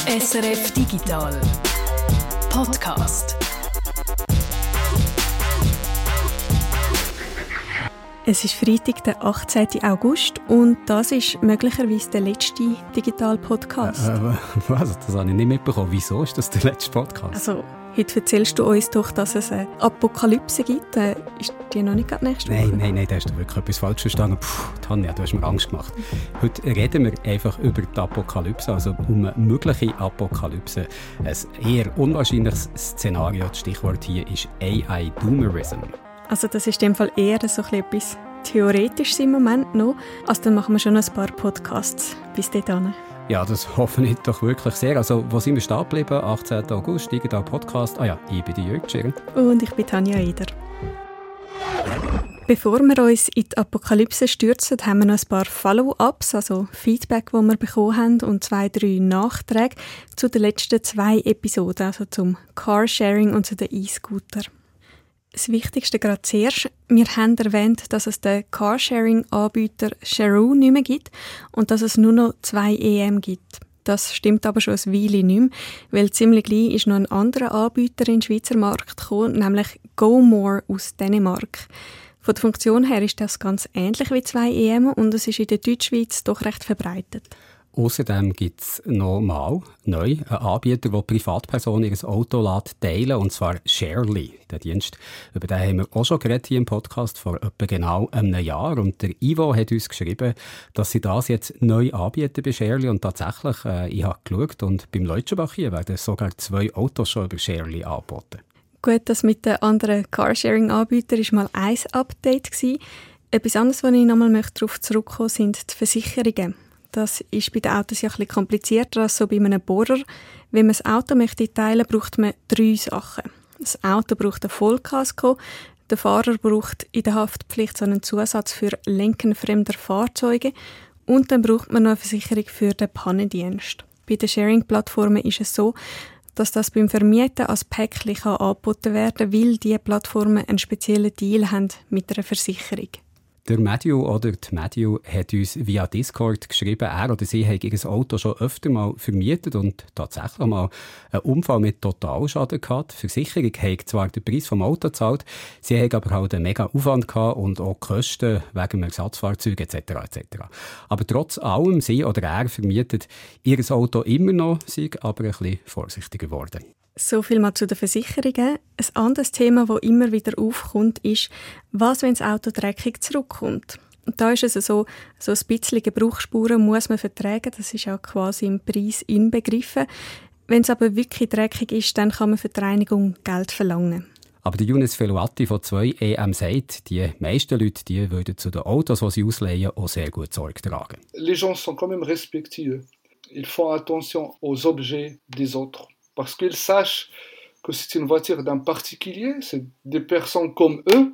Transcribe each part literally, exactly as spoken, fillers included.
S R F Digital Podcast. Es ist Freitag, der achtzehnten August und das ist möglicherweise der letzte Digital-Podcast. Äh, äh, was? Das habe ich nicht mitbekommen. Wieso ist das der letzte Podcast? Also, heute erzählst du uns doch, dass es eine Apokalypse gibt. Äh, ist die noch nicht gerade nächste Woche? Nein, nein, nein, da hast du wirklich etwas falsch verstanden. Puh, Tanja, du hast mir Angst gemacht. Heute reden wir einfach über die Apokalypse, also um eine mögliche Apokalypse. Ein eher unwahrscheinliches Szenario. Das Stichwort hier ist A I-Doomerism. Also das ist in dem Fall eher so etwas Theoretisches im Moment noch. Also dann machen wir schon ein paar Podcasts bis dahin. Ja, das hoffe ich doch wirklich sehr. Also, wo sind wir stehen geblieben? achtzehnten August, Digital Podcast. Ah ja, ich bin die Jürg Schirr. Und ich bin Tanja Eder. Bevor wir uns in die Apokalypse stürzen, haben wir noch ein paar Follow-ups, also Feedback, das wir bekommen haben, und zwei, drei Nachträge zu den letzten zwei Episoden, also zum Carsharing und zu den E-Scooter. Das Wichtigste gerade zuerst. Wir haben erwähnt, dass es den Carsharing-Anbieter Sharoo nicht mehr gibt und dass es nur noch zwei E M gibt. Das stimmt aber schon ein Weile nicht mehr, weil ziemlich gleich ist noch ein anderer Anbieter in den Schweizer Markt gekommen, nämlich GoMore aus Dänemark. Von der Funktion her ist das ganz ähnlich wie zwei E M und es ist in der Deutschschweiz doch recht verbreitet. Außerdem gibt es nochmal neu einen Anbieter, der Privatpersonen ihr Auto lässt teilen, und zwar Sharely. Der Dienst, über den haben wir auch schon geredet hier im Podcast vor etwa genau einem Jahr. Und der Ivo hat uns geschrieben, dass sie das jetzt neu anbieten bei Sharely. Und tatsächlich, äh, ich habe geschaut und beim Leutschenbach hier werden sogar zwei Autos schon über Sharely angeboten. Gut, das mit den anderen Carsharing-Anbietern war mal ein Update gewesen. Etwas anderes, wo ich nochmal darauf zurückkommen möchte, sind die Versicherungen. Das ist bei den Autos ja ein bisschen komplizierter als so bei einem Bohrer. Wenn man das Auto möchte teilen, braucht man drei Sachen. Das Auto braucht ein Vollkasko, der Fahrer braucht in der Haftpflicht so einen Zusatz für Lenken fremder Fahrzeuge und dann braucht man noch eine Versicherung für den Pannendienst. Bei den Sharing-Plattformen ist es so, dass das beim Vermieten als Päckchen angeboten werden kann, weil diese Plattformen einen speziellen Deal haben mit einer Versicherung. Der Matthew oder die Matthew hat uns via Discord geschrieben, er oder sie hat ihr Auto schon öfter mal vermietet und tatsächlich mal einen Unfall mit Totalschaden gehabt. Die Versicherung hat zwar den Preis vom Auto gezahlt, sie hat aber halt einen mega Aufwand gehabt und auch die Kosten wegen dem Ersatzfahrzeug et cetera et cetera. Aber trotz allem, sie oder er vermietet ihr Auto immer noch, sind aber ein bisschen vorsichtiger geworden. So viel mal zu den Versicherungen. Ein anderes Thema, das immer wieder aufkommt, ist, was, wenn das Auto dreckig zurückkommt. Und da ist es so, so ein bisschen Gebrauchsspuren muss man vertragen, das ist auch quasi im Preis inbegriffen. Wenn es aber wirklich dreckig ist, dann kann man für die Reinigung Geld verlangen. Aber der Younes Felouati von zwei E M sagt, die meisten Leute die würden zu den Autos, die sie ausleihen, auch sehr gut Sorge tragen. Les gens sont quand même respectueux. Ils font attention aux objets des autres. Parce qu'ils sachent que c'est une voiture d'un particulier, c'est des personnes comme eux,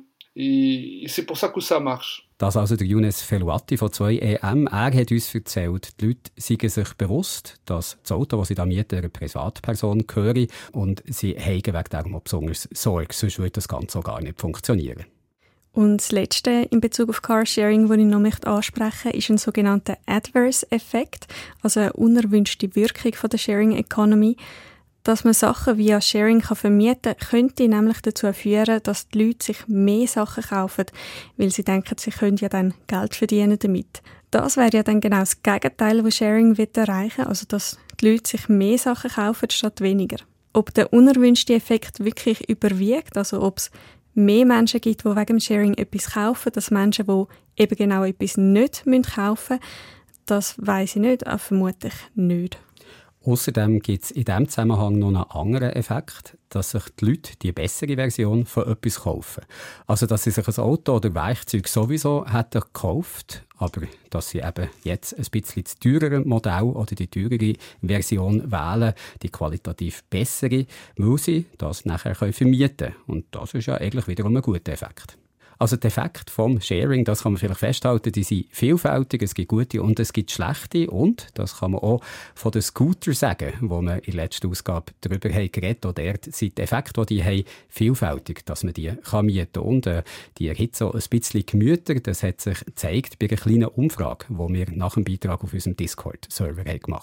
et c'est pour ça que ça marche. Das also der Younes Felouati von zwei E M. Er hat uns erzählt, die Leute seien sich bewusst, dass das Auto, das sie da mieten, einer Privatperson gehöre und sie haben wegen dem auch besonders Sorge, sonst würde das Ganze auch gar nicht funktionieren. Und das Letzte in Bezug auf Carsharing, das ich noch möchte ansprechen möchte, ist ein sogenannter Adverse-Effekt, also eine unerwünschte Wirkung von der Sharing Economy. Dass man Sachen via Sharing vermieten kann, könnte nämlich dazu führen, dass die Leute sich mehr Sachen kaufen, weil sie denken, sie können ja dann Geld verdienen damit. Das wäre ja dann genau das Gegenteil, was Sharing erreichen will, also dass die Leute sich mehr Sachen kaufen statt weniger. Ob der unerwünschte Effekt wirklich überwiegt, also ob es mehr Menschen gibt, die wegen dem Sharing etwas kaufen, als Menschen, die eben genau etwas nicht kaufen müssen, das weiss ich nicht, aber vermutlich nicht. Außerdem gibt es in diesem Zusammenhang noch einen anderen Effekt, dass sich die Leute die bessere Version von etwas kaufen. Also, dass sie sich ein Auto oder Werkzeug sowieso hätten gekauft, aber dass sie eben jetzt ein bisschen das teurere Modell oder die teurere Version wählen, die qualitativ bessere, weil sie das nachher vermieten können. Und das ist ja eigentlich wiederum ein guter Effekt. Also die Effekte vom Sharing, das kann man vielleicht festhalten, die sind vielfältig, es gibt gute und es gibt schlechte und das kann man auch von den Scootern sagen, wo wir in der letzten Ausgabe darüber haben geredet haben. Dort sind die Effekte, die die haben, vielfältig, dass man die kann mieten kann. Und äh, die erhitzt so ein bisschen Gemüter, das hat sich gezeigt bei einer kleinen Umfrage, die wir nach dem Beitrag auf unserem Discord-Server haben gemacht haben.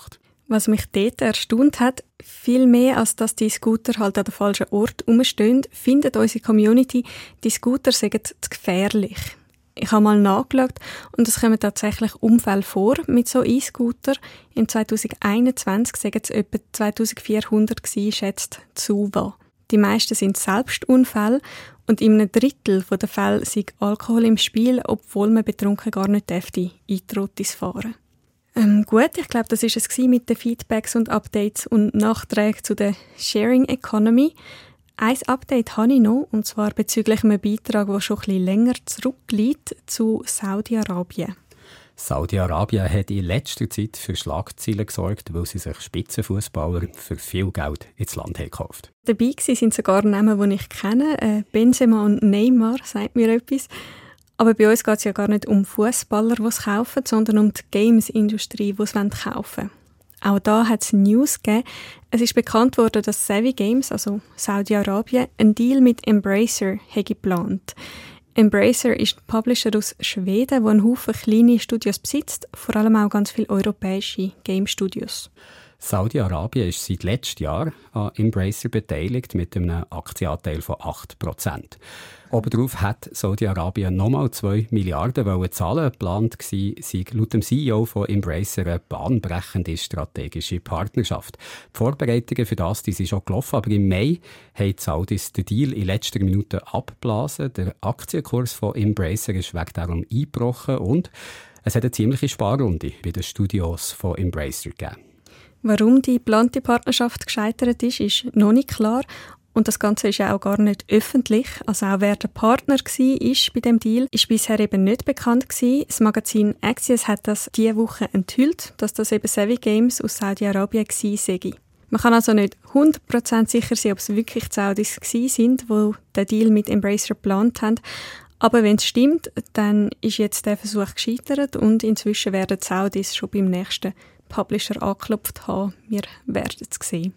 Was mich dort erstaunt hat, viel mehr als dass die Scooter halt an den falschen Ort rumstehen, findet unsere Community, die Scooter seien zu gefährlich. Ich habe mal nachgeschaut und es kommen tatsächlich Unfälle vor mit so E-Scooter. Im zwanzig einundzwanzig seien es etwa zweitausendvierhundert gewesen, schätzt Suva. Die meisten sind Selbstunfälle und in einem Drittel der Fälle sei Alkohol im Spiel, obwohl man betrunken gar nicht dürfte, Eintrottis fahren. Ähm, gut, ich glaube, das war es mit den Feedbacks und Updates und Nachträgen zu der Sharing Economy. Ein Update habe ich noch, und zwar bezüglich einem Beitrag, der schon ein bisschen länger zurückliegt, zu Saudi-Arabien. Saudi-Arabien hat in letzter Zeit für Schlagzeilen gesorgt, weil sie sich Spitzenfußballer für viel Geld ins Land haben gekauft. Dabei waren sogar Namen, die ich kenne. Äh, Benzema und Neymar, sagt mir etwas. Aber bei uns geht es ja gar nicht um Fußballer, die es kaufen, sondern um die Games-Industrie, die es kaufen wollen. Auch da hat es News gegeben. Es ist bekannt worden, dass Savvy Games, also Saudi-Arabien, einen Deal mit Embracer hat geplant. Embracer ist ein Publisher aus Schweden, der einen Haufen kleine Studios besitzt, vor allem auch ganz viele europäische Game-Studios. Saudi-Arabien ist seit letztem Jahr an Embracer beteiligt mit einem Aktienanteil von acht Prozent. Obendrauf hat Saudi-Arabien nochmal zwei Milliarden zahlen. Geplant war, sei laut dem C E O von Embracer eine bahnbrechende strategische Partnerschaft. Die Vorbereitungen für das die sind schon gelaufen, aber im Mai haben die Saudis den Deal in letzter Minute abgeblasen. Der Aktienkurs von Embracer ist wegen darum eingebrochen und es hat eine ziemliche Sparrunde bei den Studios von Embracer gegeben. Warum die geplante Partnerschaft gescheitert ist, ist noch nicht klar. Und das Ganze ist ja auch gar nicht öffentlich. Also auch wer der Partner war bei dem Deal, ist bisher eben nicht bekannt gewesen. Das Magazin Axios hat das diese Woche enthüllt, dass das eben Savvy Games aus Saudi-Arabien war. Man kann also nicht hundert Prozent sicher sein, ob es wirklich die Saudis sind, die den Deal mit Embracer geplant haben. Aber wenn es stimmt, dann ist jetzt der Versuch gescheitert und inzwischen werden die Saudis schon beim nächsten Publisher angeklopft haben. Wir werden es sehen.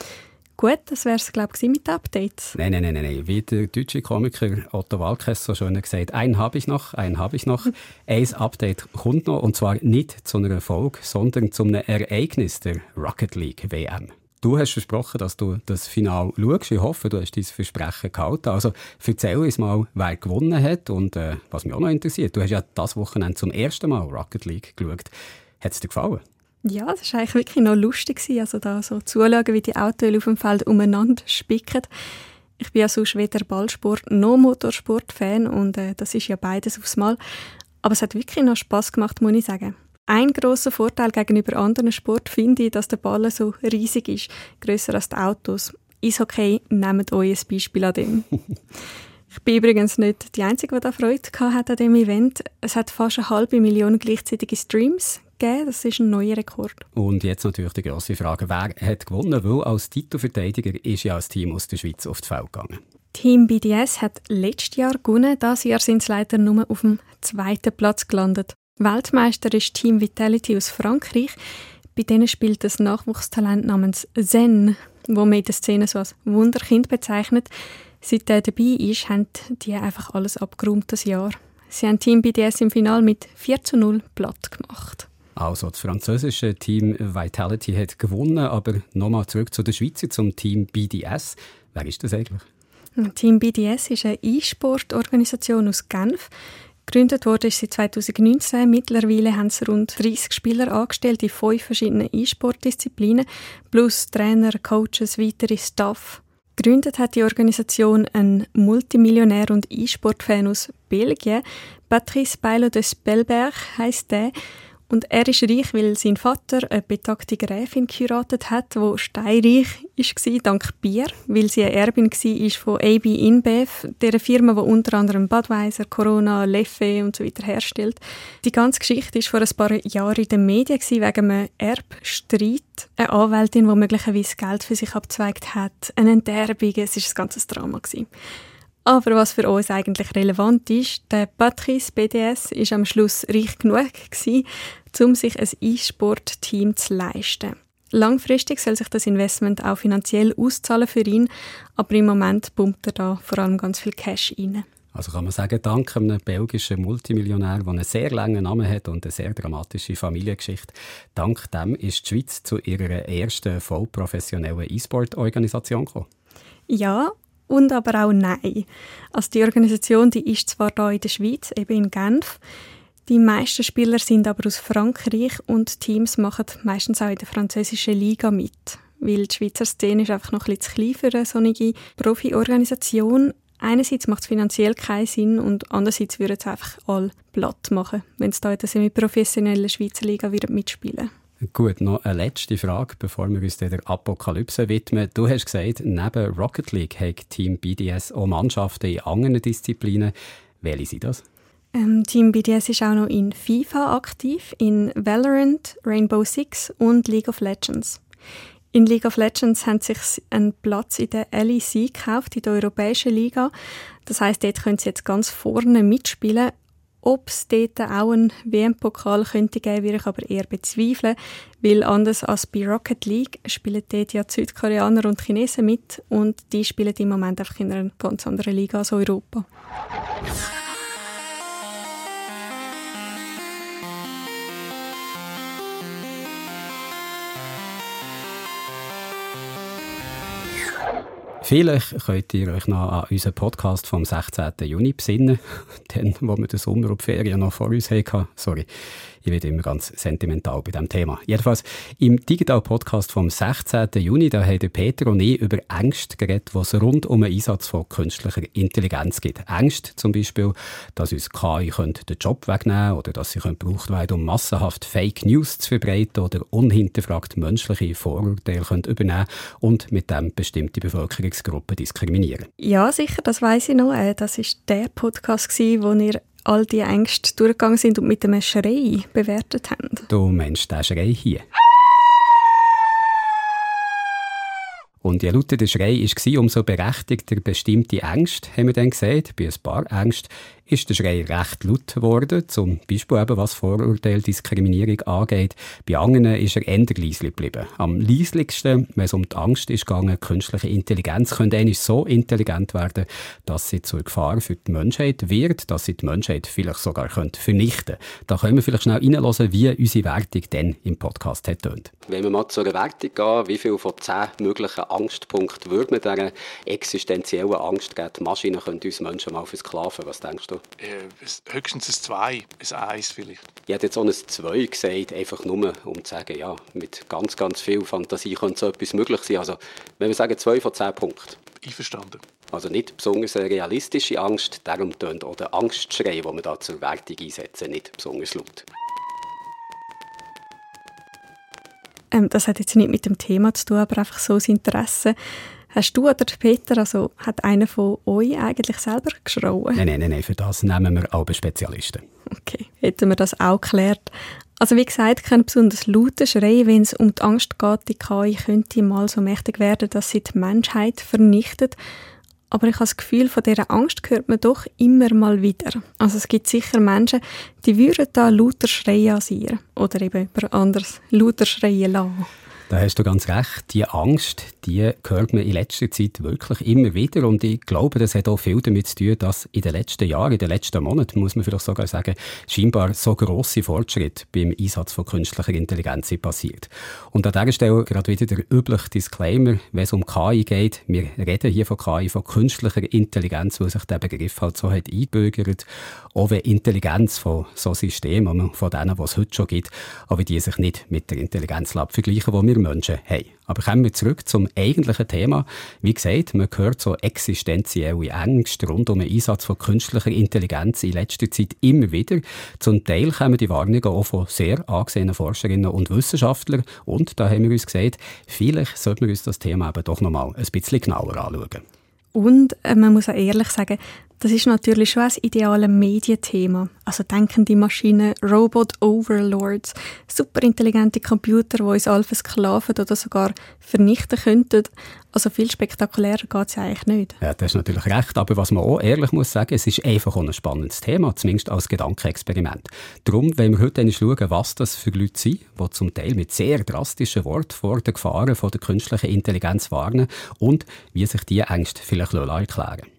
Gut, das wäre es, glaube ich, mit den Updates. Nein, nein, nein, nein. Wie der deutsche Komiker Otto Walkes so schön gesagt, einen habe ich noch, einen habe ich noch. Ein Update kommt noch, und zwar nicht zu einer Folge, sondern zu einem Ereignis der Rocket League W M. Du hast versprochen, dass du das Finale schaust. Ich hoffe, du hast dein Versprechen gehalten. Also erzähl uns mal, wer gewonnen hat und äh, was mich auch noch interessiert. Du hast ja das Wochenende zum ersten Mal Rocket League geschaut. Hat es dir gefallen? Ja, das war eigentlich wirklich noch lustig, also da so zuschauen, wie die Autos auf dem Feld umeinander spicken. Ich bin ja sonst weder Ballsport- noch Motorsport-Fan und äh, das ist ja beides aufs Mal. Aber es hat wirklich noch Spass gemacht, muss ich sagen. Ein grosser Vorteil gegenüber anderen Sport finde ich, dass der Ball so riesig ist, grösser als die Autos. Eishockey, nehmt euch ein Beispiel an dem. Ich bin übrigens nicht die Einzige, die da Freude hatte an diesem Event. Es hat fast eine halbe Million gleichzeitige Streams gegeben. Das ist ein neuer Rekord. Und jetzt natürlich die grosse Frage, wer hat gewonnen? Weil als Titelverteidiger ist ja ein Team aus der Schweiz auf das Feld gegangen. Team B D S hat letztes Jahr gewonnen. Dieses Jahr sind sie leider nur auf dem zweiten Platz gelandet. Weltmeister ist Team Vitality aus Frankreich. Bei denen spielt das Nachwuchstalent namens Zen, das man in der Szene so als Wunderkind bezeichnet. Seit er dabei ist, haben die einfach alles abgeräumt das Jahr. Sie haben Team B D S im Finale mit vier zu null platt gemacht. Also das französische Team Vitality hat gewonnen, aber nochmal zurück zu der Schweizer, zum Team B D S. Wer ist das eigentlich? Team B D S ist eine E-Sport-Organisation aus Genf. Gegründet wurde sie zwanzig neunzehn. Mittlerweile haben sie rund dreissig Spieler angestellt in fünf verschiedenen E-Sport-Disziplinen, plus Trainer, Coaches, weitere Staff. Gegründet hat die Organisation ein Multimillionär und E-Sport-Fan aus Belgien. Patrice Bailo de Spelberg heisst der. Und er ist reich, weil sein Vater eine betagte Gräfin geheiratet hat, die steinreich war, dank Bier, weil sie eine Erbin war von A B InBev, der Firma, die unter anderem Budweiser, Corona, Leffe und so weiter herstellt. Die ganze Geschichte war vor ein paar Jahren in den Medien wegen einem Erbstreit. Eine Anwältin, die möglicherweise Geld für sich abgezweigt hat, eine Enterbung, es war ein ganzes Drama. Aber was für uns eigentlich relevant ist, der Patrice B D S war am Schluss reich genug gewesen, um sich ein E-Sport-Team zu leisten. Langfristig soll sich das Investment auch finanziell auszahlen für ihn, aber im Moment pumpt er da vor allem ganz viel Cash rein. Also kann man sagen, dank einem belgischen Multimillionär, der einen sehr langen Namen hat und eine sehr dramatische Familiengeschichte, dank dem ist die Schweiz zu ihrer ersten vollprofessionellen E-Sport-Organisation gekommen. Ja, und aber auch nein. Also die Organisation, die ist zwar da in der Schweiz, eben in Genf. Die meisten Spieler sind aber aus Frankreich und Teams machen meistens auch in der französischen Liga mit. Weil die Schweizer Szene ist einfach noch ein bisschen zu klein für eine solche Profi-Organisation. Einerseits macht es finanziell keinen Sinn und andererseits würden es einfach alle platt machen, wenn es da in der semi-professionellen Schweizer Liga mitspielen würden. Gut, noch eine letzte Frage, bevor wir uns der Apokalypse widmen. Du hast gesagt, neben Rocket League hat Team B D S auch Mannschaften in anderen Disziplinen. Welche sind das? Ähm, Team B D S ist auch noch in FIFA aktiv, in Valorant, Rainbow Six und League of Legends. In League of Legends haben sie sich einen Platz in der L E C gekauft, in der Europäischen Liga. Das heisst, dort können sie jetzt ganz vorne mitspielen. Ob es dort auch einen W M-Pokal könnte geben, würde ich aber eher bezweifeln, weil anders als bei Rocket League spielen dort ja die Südkoreaner und Chinesen mit und die spielen im Moment einfach in einer ganz anderen Liga als Europa. Vielleicht könnt ihr euch noch an unseren Podcast vom sechzehnten Juni besinnen, den, wo wir den Sommer und die Ferien noch vor uns hatten. Sorry, ich werde immer ganz sentimental bei diesem Thema. Jedenfalls, im Digital-Podcast vom sechzehnten Juni, da haben Peter und ich über Ängste geredet, die es rund um den Einsatz von künstlicher Intelligenz gibt. Ängste zum Beispiel, dass uns K I den Job wegnehmen könnte oder dass sie gebraucht werden, um massenhaft Fake News zu verbreiten oder unhinterfragt menschliche Vorurteile übernehmen und mit dem bestimmte Bevölkerungsgruppen diskriminieren. Ja, sicher, das weiss ich noch. Das war der Podcast, wo ihr all die Ängste durchgegangen sind und mit einem Schrei bewertet haben. Du meinst den Schrei hier? Und je lauter der Schrei war, umso berechtigter bestimmte Ängste, haben wir dann gesagt. Bei ein paar Ängsten ist der Schrei recht laut geworden, zum Beispiel eben was Vorurteile, Diskriminierung angeht. Bei anderen ist er eher leise geblieben. Am leislichsten, wenn es um die Angst ist gegangen, künstliche Intelligenz könnte eigentlich so intelligent werden, dass sie zur Gefahr für die Menschheit wird, dass sie die Menschheit vielleicht sogar könnte vernichten könnte. Da können wir vielleicht schnell reinhören, wie unsere Wertung dann im Podcast hat tönt. Wenn wir mal zu einer Wertung gehen, wie viel von zehn möglichen Angstpunkten würde man dieser existenziellen Angst geben? Die Maschinen können uns Menschen mal versklaven. Was denkst du? Äh, höchstens ein zwei, ein eins vielleicht. Ich hätte jetzt auch ein zwei gesagt, einfach nur, um zu sagen, ja, mit ganz, ganz viel Fantasie könnte so etwas möglich sein. Also, wenn wir sagen zwei von zehn Punkten. Einverstanden. Also nicht besonders eine realistische Angst, darum tönt auch der Angstschrei, den wir da zur Wertung einsetzen, nicht besonders laut. Ähm, das hat jetzt nicht mit dem Thema zu tun, aber einfach so das Interesse. Hast du oder Peter, also hat einer von euch eigentlich selber geschrauen? Nein, nein, nein, für das nehmen wir alle Spezialisten. Okay, hätten wir das auch geklärt. Also wie gesagt, kein besonders lauter Schrei, wenn es um die Angst geht, die K I könnte mal so mächtig werden, dass sie die Menschheit vernichtet. Aber ich habe das Gefühl, von dieser Angst hört man doch immer mal wieder. Also es gibt sicher Menschen, die würden da lauter schreien als ihr. Oder eben jemand anderes lauter schreien lassen. Da hast du ganz recht. Die Angst, die hört man in letzter Zeit wirklich immer wieder. Und ich glaube, das hat auch viel damit zu tun, dass in den letzten Jahren, in den letzten Monaten, muss man vielleicht sogar sagen, scheinbar so grosse Fortschritte beim Einsatz von künstlicher Intelligenz sind passiert. Und an dieser Stelle gerade wieder der übliche Disclaimer, wenn es um K I geht. Wir reden hier von K I, von künstlicher Intelligenz, weil sich der Begriff halt so hat eingebürgert. Auch wenn Intelligenz von so Systemen, von denen, die es heute schon gibt, aber die sich nicht mit der Intelligenz vergleichen, die wir Menschen haben. Aber kommen wir zurück zum eigentlichen Thema. Wie gesagt, man hört so existenzielle Ängste rund um den Einsatz von künstlicher Intelligenz in letzter Zeit immer wieder. Zum Teil kommen die Warnungen auch von sehr angesehenen Forscherinnen und Wissenschaftlern. Und da haben wir uns gesagt, vielleicht sollten wir uns das Thema eben doch noch mal ein bisschen genauer anschauen. Und äh, man muss auch ehrlich sagen, das ist natürlich schon ein ideales Medienthema. Also denkende Maschinen, Robot-Overlords, superintelligente Computer, die uns alle versklaven oder sogar vernichten könnten. Also viel spektakulärer geht es ja eigentlich nicht. Ja, das ist natürlich recht, aber was man auch ehrlich muss sagen, es ist einfach auch ein spannendes Thema, zumindest als Gedankenexperiment. Darum wollen wir heute schauen, was das für Leute sind, die zum Teil mit sehr drastischen Worten vor den Gefahren von der künstlichen Intelligenz warnen und wie sich diese Ängste vielleicht erklären lassen.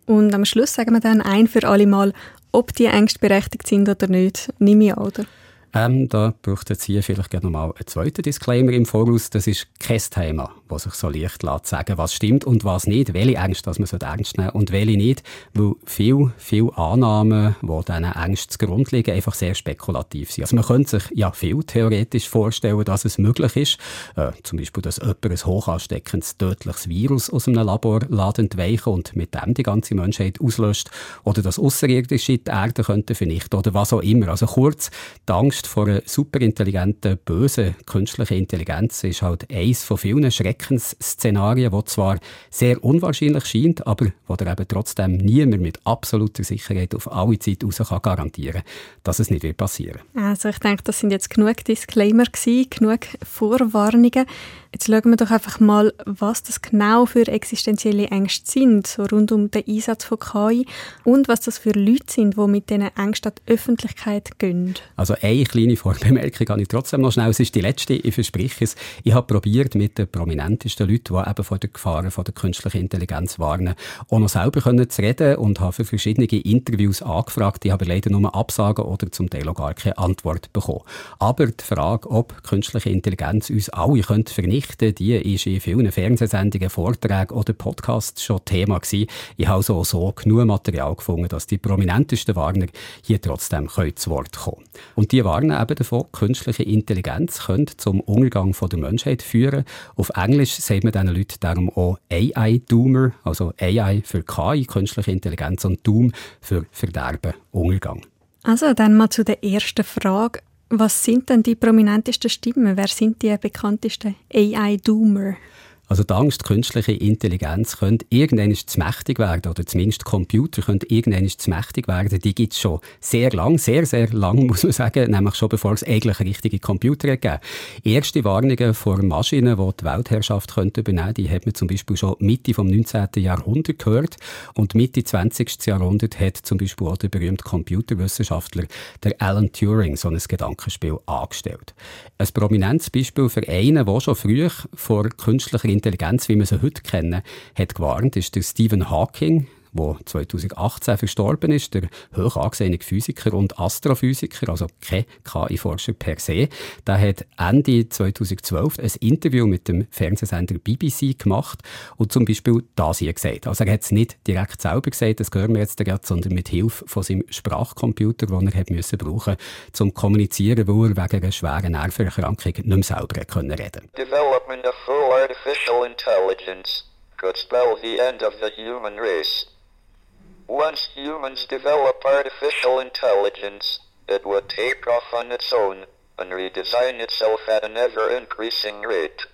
Und am Schluss sagen wir dann ein für alle Mal, ob die Ängste berechtigt sind oder nicht. Nehme ich an, oder? Ähm, da braucht es hier vielleicht gerne noch mal einen zweiten Disclaimer im Voraus. Das ist kein Thema, das sich so leicht lässt sagen, was stimmt und was nicht, welche Ängste dass man so ernst nehmen und welche nicht, weil viele, viele Annahmen, die diesen Ängsten zugrunde liegen, einfach sehr spekulativ sind. Also man könnte sich ja viel theoretisch vorstellen, dass es möglich ist, äh, zum Beispiel, dass jemand ein hochansteckendes, tödliches Virus aus einem Labor entweichen und mit dem die ganze Menschheit auslöscht, oder dass Außerirdische die Erde könnten vernichten oder was auch immer. Also kurz, die Angst vor einer superintelligenten, bösen künstlichen Intelligenz ist halt eines von vielen Schreckensszenarien, die zwar sehr unwahrscheinlich scheint, aber wo der eben trotzdem niemand mit absoluter Sicherheit auf alle Zeit raus kann garantieren kann, dass es nicht passieren wird. Also ich denke, das sind jetzt genug Disclaimer gewesen, genug Vorwarnungen. Jetzt schauen wir doch einfach mal, was das genau für existenzielle Ängste sind, so rund um den Einsatz von K I und was das für Leute sind, die mit diesen Ängsten an die Öffentlichkeit gehen. Also eine kleine Vorbemerkung habe ich trotzdem noch schnell. Es ist die letzte, ich verspreche es. Ich habe probiert, mit den prominentesten Leuten, die eben vor den Gefahren von der künstlichen Intelligenz warnen, auch noch selber können zu reden und habe für verschiedene Interviews angefragt. Ich habe leider nur Absagen oder zum Teil auch gar keine Antwort bekommen. Aber die Frage, ob künstliche Intelligenz uns alle könnte vernichten könnte, die ist in vielen Fernsehsendungen, Vorträgen oder Podcasts schon Thema gewesen. Ich habe also auch so genug Material gefunden, dass die prominentesten Warner hier trotzdem zu Wort kommen können. Und die warnen eben davon, künstliche Intelligenz könnte zum Untergang von der Menschheit führen. Auf Englisch sagt man diesen Leuten darum auch A I-Doomer, also A I für K I, künstliche Intelligenz, und Doom für Verderben, Untergang. Also dann mal zu der ersten Frage. Was sind denn die prominentesten Stimmen? Wer sind die bekanntesten A I-Doomer? Also die Angst, künstliche Intelligenz könnte irgendwann zu mächtig werden, oder zumindest Computer könnte irgendwann zu mächtig werden, die gibt es schon sehr lang, sehr, sehr lang, muss man sagen, nämlich schon bevor es eigentlich richtige Computer gegeben. Erste Warnungen vor Maschinen, die die Weltherrschaft könnten übernehmen, die hat man zum Beispiel schon Mitte vom neunzehnten Jahrhundert gehört, und Mitte zwanzigsten Jahrhundert hat zum Beispiel auch der berühmte Computerwissenschaftler, der Alan Turing, so ein Gedankenspiel angestellt. Ein prominentes Beispiel für einen, der schon früh vor künstlicher Intelligenz, wie wir sie heute kennen, hat gewarnt, ist der Stephen Hawking, der zweitausendachtzehn verstorben ist, der hoch angesehene Physiker und Astrophysiker, also kein K I-Forscher per se. Der hat Ende zweitausendzwölf ein Interview mit dem Fernsehsender B B C gemacht und zum Beispiel das hier gesagt. Also er hat es nicht direkt selber gesagt, das hören wir jetzt gerade, sondern mit Hilfe von seinem Sprachcomputer, den er hat müssen brauchen, um zu kommunizieren, wo er wegen einer schweren Nervenerkrankung nicht mehr selber reden konnte. Development of full artificial intelligence could spell the end of the human race. Once humans develop artificial intelligence, it would take off on its own and redesign itself at an ever-increasing rate.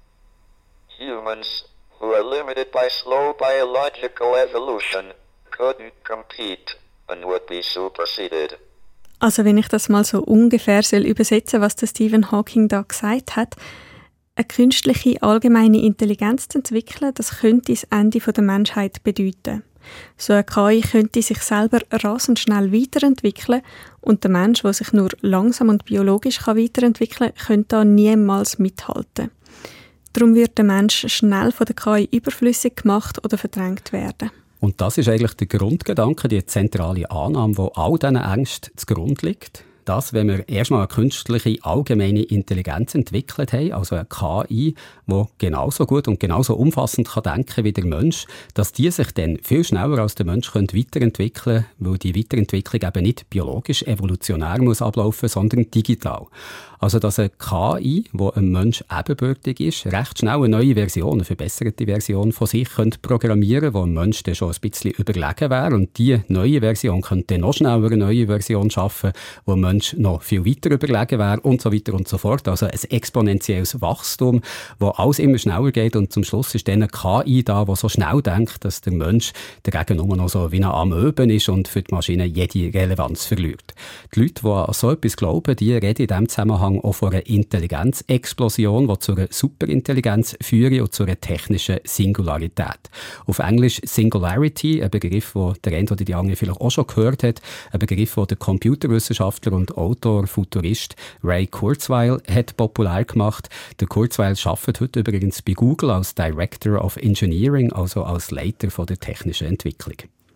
Humans, who are limited by slow biological evolution, couldn't compete and would be superseded. Also wenn ich das mal so ungefähr soll übersetzen, was der Stephen Hawking da gesagt hat, eine künstliche allgemeine Intelligenz zu entwickeln, das könnte das Ende der Menschheit bedeuten. So eine K I könnte sich selber rasend schnell weiterentwickeln und der Mensch, der sich nur langsam und biologisch weiterentwickeln kann, könnte da niemals mithalten. Darum wird der Mensch schnell von der K I überflüssig gemacht oder verdrängt werden. Und das ist eigentlich der Grundgedanke, die zentrale Annahme, wo all diesen Ängsten zugrunde liegt. Dass, wenn wir erstmal eine künstliche allgemeine Intelligenz entwickelt haben, also eine K I, die genauso gut und genauso umfassend kann denken wie der Mensch, dass die sich dann viel schneller als der Mensch weiterentwickeln können, weil die Weiterentwicklung eben nicht biologisch, evolutionär muss ablaufen, sondern digital. Also dass eine K I, die einem Mensch ebenbürtig ist, recht schnell eine neue Version, eine verbesserte Version von sich könnte programmieren, die einem Mensch dann schon ein bisschen überlegen wäre. Und diese neue Version könnte dann noch schneller eine neue Version schaffen, wo ein Mensch noch viel weiter überlegen wäre und so weiter und so fort. Also ein exponentielles Wachstum, wo alles immer schneller geht, und zum Schluss ist dann eine K I da, die so schnell denkt, dass der Mensch dagegen nur noch so wie eine Amöbe ist und für die Maschine jede Relevanz verliert. Die Leute, die an so etwas glauben, die reden in diesem Zusammenhang auch von einer Intelligenzexplosion, die zu einer Superintelligenz führt und zu einer technischen Singularität. Auf Englisch Singularity, ein Begriff, den der eine oder die andere vielleicht auch schon gehört hat, ein Begriff, den der Computerwissenschaftler und Autor, Futurist Ray Kurzweil hat populär gemacht. Der Kurzweil arbeitet heute übrigens bei Google als Director of Engineering, also als Leiter von der technischen Entwicklung.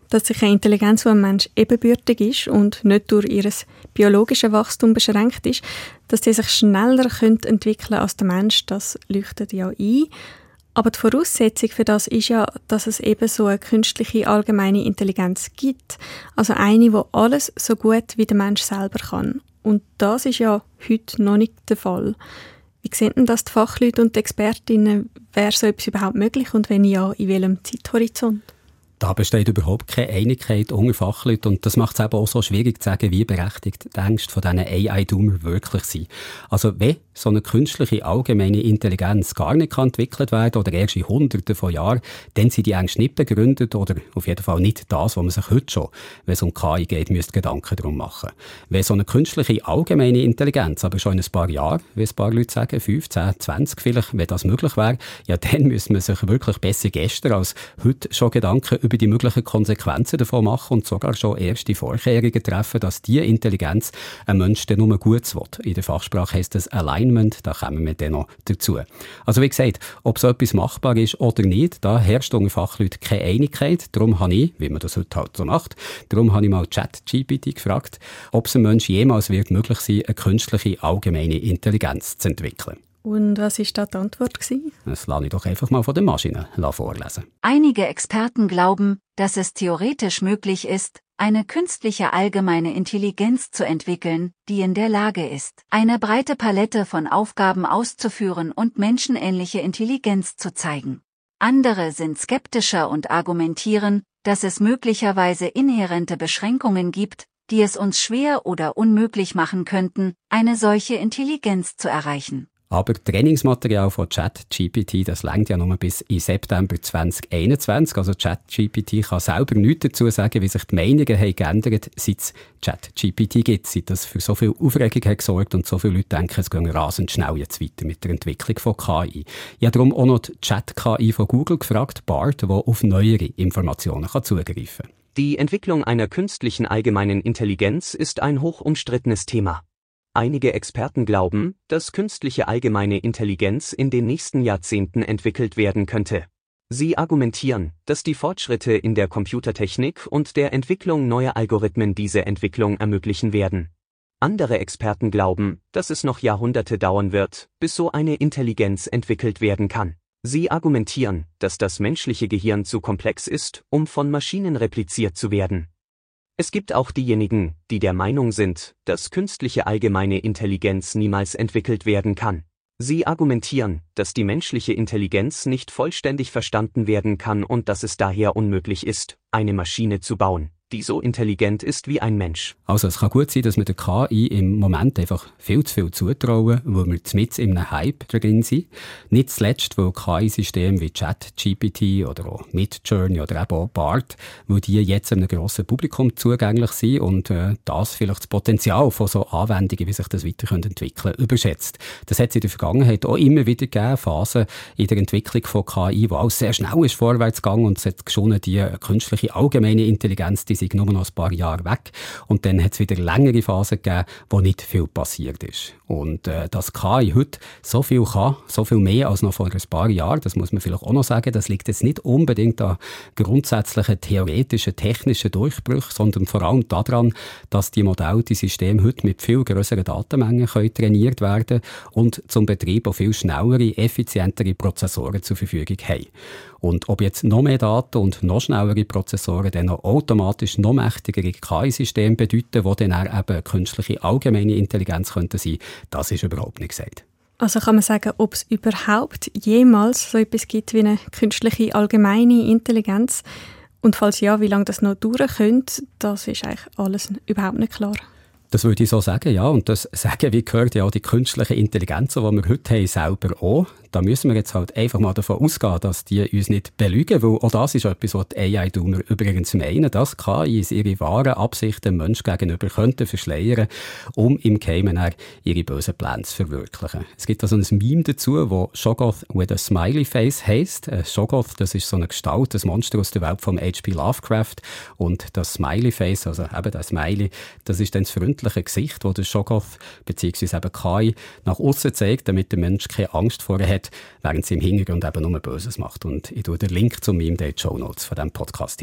dass sich eine Intelligenz, die einem Mensch ebenbürtig ist und nicht durch ihr biologisches Wachstum beschränkt ist, dass die sich schneller entwickeln können als der Mensch, das leuchtet ja ein. Aber die Voraussetzung für das ist ja, dass es eben so eine künstliche allgemeine Intelligenz gibt. Also eine, die alles so gut wie der Mensch selber kann. Und das ist ja heute noch nicht der Fall. Wie sehen denn das die Fachleute und die Expertinnen? Wäre so etwas überhaupt möglich und wenn ja, in welchem Zeithorizont? Da besteht überhaupt keine Einigkeit unter Fachleuten und das macht es eben auch so schwierig zu sagen, wie berechtigt die Ängste von diesen A I-Doomer wirklich sind. Also wenn so eine künstliche allgemeine Intelligenz gar nicht kann entwickelt werden oder erst in Hunderten von Jahren, dann sind die Ängste nicht begründet oder auf jeden Fall nicht das, was man sich heute schon, wenn es um K I geht, müsste Gedanken darum machen. Wenn so eine künstliche allgemeine Intelligenz aber schon in ein paar Jahren, wie ein paar Leute sagen, fünf, zehn, zwanzig vielleicht, wenn das möglich wäre, ja dann müsste man sich wirklich besser gestern als heute schon Gedanken über die möglichen Konsequenzen davon machen und sogar schon erste Vorkehrungen treffen, dass diese Intelligenz ein Mensch dann nur Gutes will. In der Fachsprache heisst das Alignment, da kommen wir dann noch dazu. Also wie gesagt, ob so etwas machbar ist oder nicht, da herrscht unter Fachleuten keine Einigkeit. Darum habe ich, wie man das heute halt so macht, darum habe ich mal ChatGPT gefragt, ob es ein Mensch jemals wird möglich sein, eine künstliche allgemeine Intelligenz zu entwickeln. Und was war da die Antwort? Das lasse ich doch einfach mal von der Maschine vorlesen. Einige Experten glauben, dass es theoretisch möglich ist, eine künstliche allgemeine Intelligenz zu entwickeln, die in der Lage ist, eine breite Palette von Aufgaben auszuführen und menschenähnliche Intelligenz zu zeigen. Andere sind skeptischer und argumentieren, dass es möglicherweise inhärente Beschränkungen gibt, die es uns schwer oder unmöglich machen könnten, eine solche Intelligenz zu erreichen. Aber Trainingsmaterial von ChatGPT, das reicht ja nur bis in September zwanzig einundzwanzig. Also ChatGPT kann selber nichts dazu sagen, wie sich die Meinungen haben geändert, seit es ChatGPT gibt, seit das für so viel Aufregung hat gesorgt und so viele Leute denken, es geht rasend schnell jetzt weiter mit der Entwicklung von K I. Ich habe darum auch noch die Chat-K I von Google gefragt, Bard, die auf neuere Informationen kann zugreifen kann. Die Entwicklung einer künstlichen allgemeinen Intelligenz ist ein hoch umstrittenes Thema. Einige Experten glauben, dass künstliche allgemeine Intelligenz in den nächsten Jahrzehnten entwickelt werden könnte. Sie argumentieren, dass die Fortschritte in der Computertechnik und der Entwicklung neuer Algorithmen diese Entwicklung ermöglichen werden. Andere Experten glauben, dass es noch Jahrhunderte dauern wird, bis so eine Intelligenz entwickelt werden kann. Sie argumentieren, dass das menschliche Gehirn zu komplex ist, um von Maschinen repliziert zu werden. Es gibt auch diejenigen, die der Meinung sind, dass künstliche allgemeine Intelligenz niemals entwickelt werden kann. Sie argumentieren, dass die menschliche Intelligenz nicht vollständig verstanden werden kann und dass es daher unmöglich ist, eine Maschine zu bauen, die so intelligent ist wie ein Mensch. Also es kann gut sein, dass wir der K I im Moment einfach viel zu viel zutrauen, weil wir mitten in einem Hype drin sind. Nicht zuletzt, weil K I-Systeme wie ChatGPT oder auch Midjourney oder eben auch Bard, weil die jetzt einem grossen Publikum zugänglich sind und äh, das vielleicht das Potenzial von so Anwendungen, wie sich das weiter entwickeln können, überschätzt. Das hat es in der Vergangenheit auch immer wieder gegeben, Phasen in der Entwicklung von K I, wo alles sehr schnell ist vorwärts gegangen und es hat geschonen, die künstliche allgemeine Intelligenz, die sind nur noch ein paar Jahre weg. Und dann hat es wieder längere Phasen gegeben, wo nicht viel passiert ist. Und äh, dass K I heute so viel kann, so viel mehr als noch vor ein paar Jahren, das muss man vielleicht auch noch sagen, das liegt jetzt nicht unbedingt an grundsätzlichen theoretischen, technischen Durchbrüchen, sondern vor allem daran, dass die Modelle, die Systeme heute mit viel grösseren Datenmengen können trainiert werden und zum Betrieb auch viel schnellere, effizientere Prozessoren zur Verfügung haben. Und ob jetzt noch mehr Daten und noch schnellere Prozessoren dann noch automatisch noch mächtigere K I-Systeme bedeuten, die dann auch eben künstliche allgemeine Intelligenz könnten sein, das ist überhaupt nicht gesagt. Also kann man sagen, ob es überhaupt jemals so etwas gibt wie eine künstliche allgemeine Intelligenz? Und falls ja, wie lange das noch dauern könnte, das ist eigentlich alles überhaupt nicht klar. Das würde ich so sagen, ja. Und das Sagen, wie gehört ja auch die künstliche Intelligenz, die wir heute haben, selber auch. Da müssen wir jetzt halt einfach mal davon ausgehen, dass die uns nicht belügen, weil auch das ist etwas, was die A I-Doomer übrigens meinen, dass K Is ihre wahren Absichten dem Menschen gegenüber könnten verschleiern, um im Geheimen ihre bösen Pläne zu verwirklichen. Es gibt also ein Meme dazu, das Shoggoth with a Smiley Face heisst. Äh, Shoggoth, das ist so eine Gestalt, ein Monster aus der Welt von H P Lovecraft. Und das Smiley Face, also eben das Smiley, das ist dann das freundliche Gesicht, das der Shoggoth bzw. eben K I nach außen zeigt, damit der Mensch keine Angst vor ihr hat, während sie im Hintergrund eben nur Böses macht. Und ich tue den Link zum Meme in die Shownotes von diesem Podcast hier.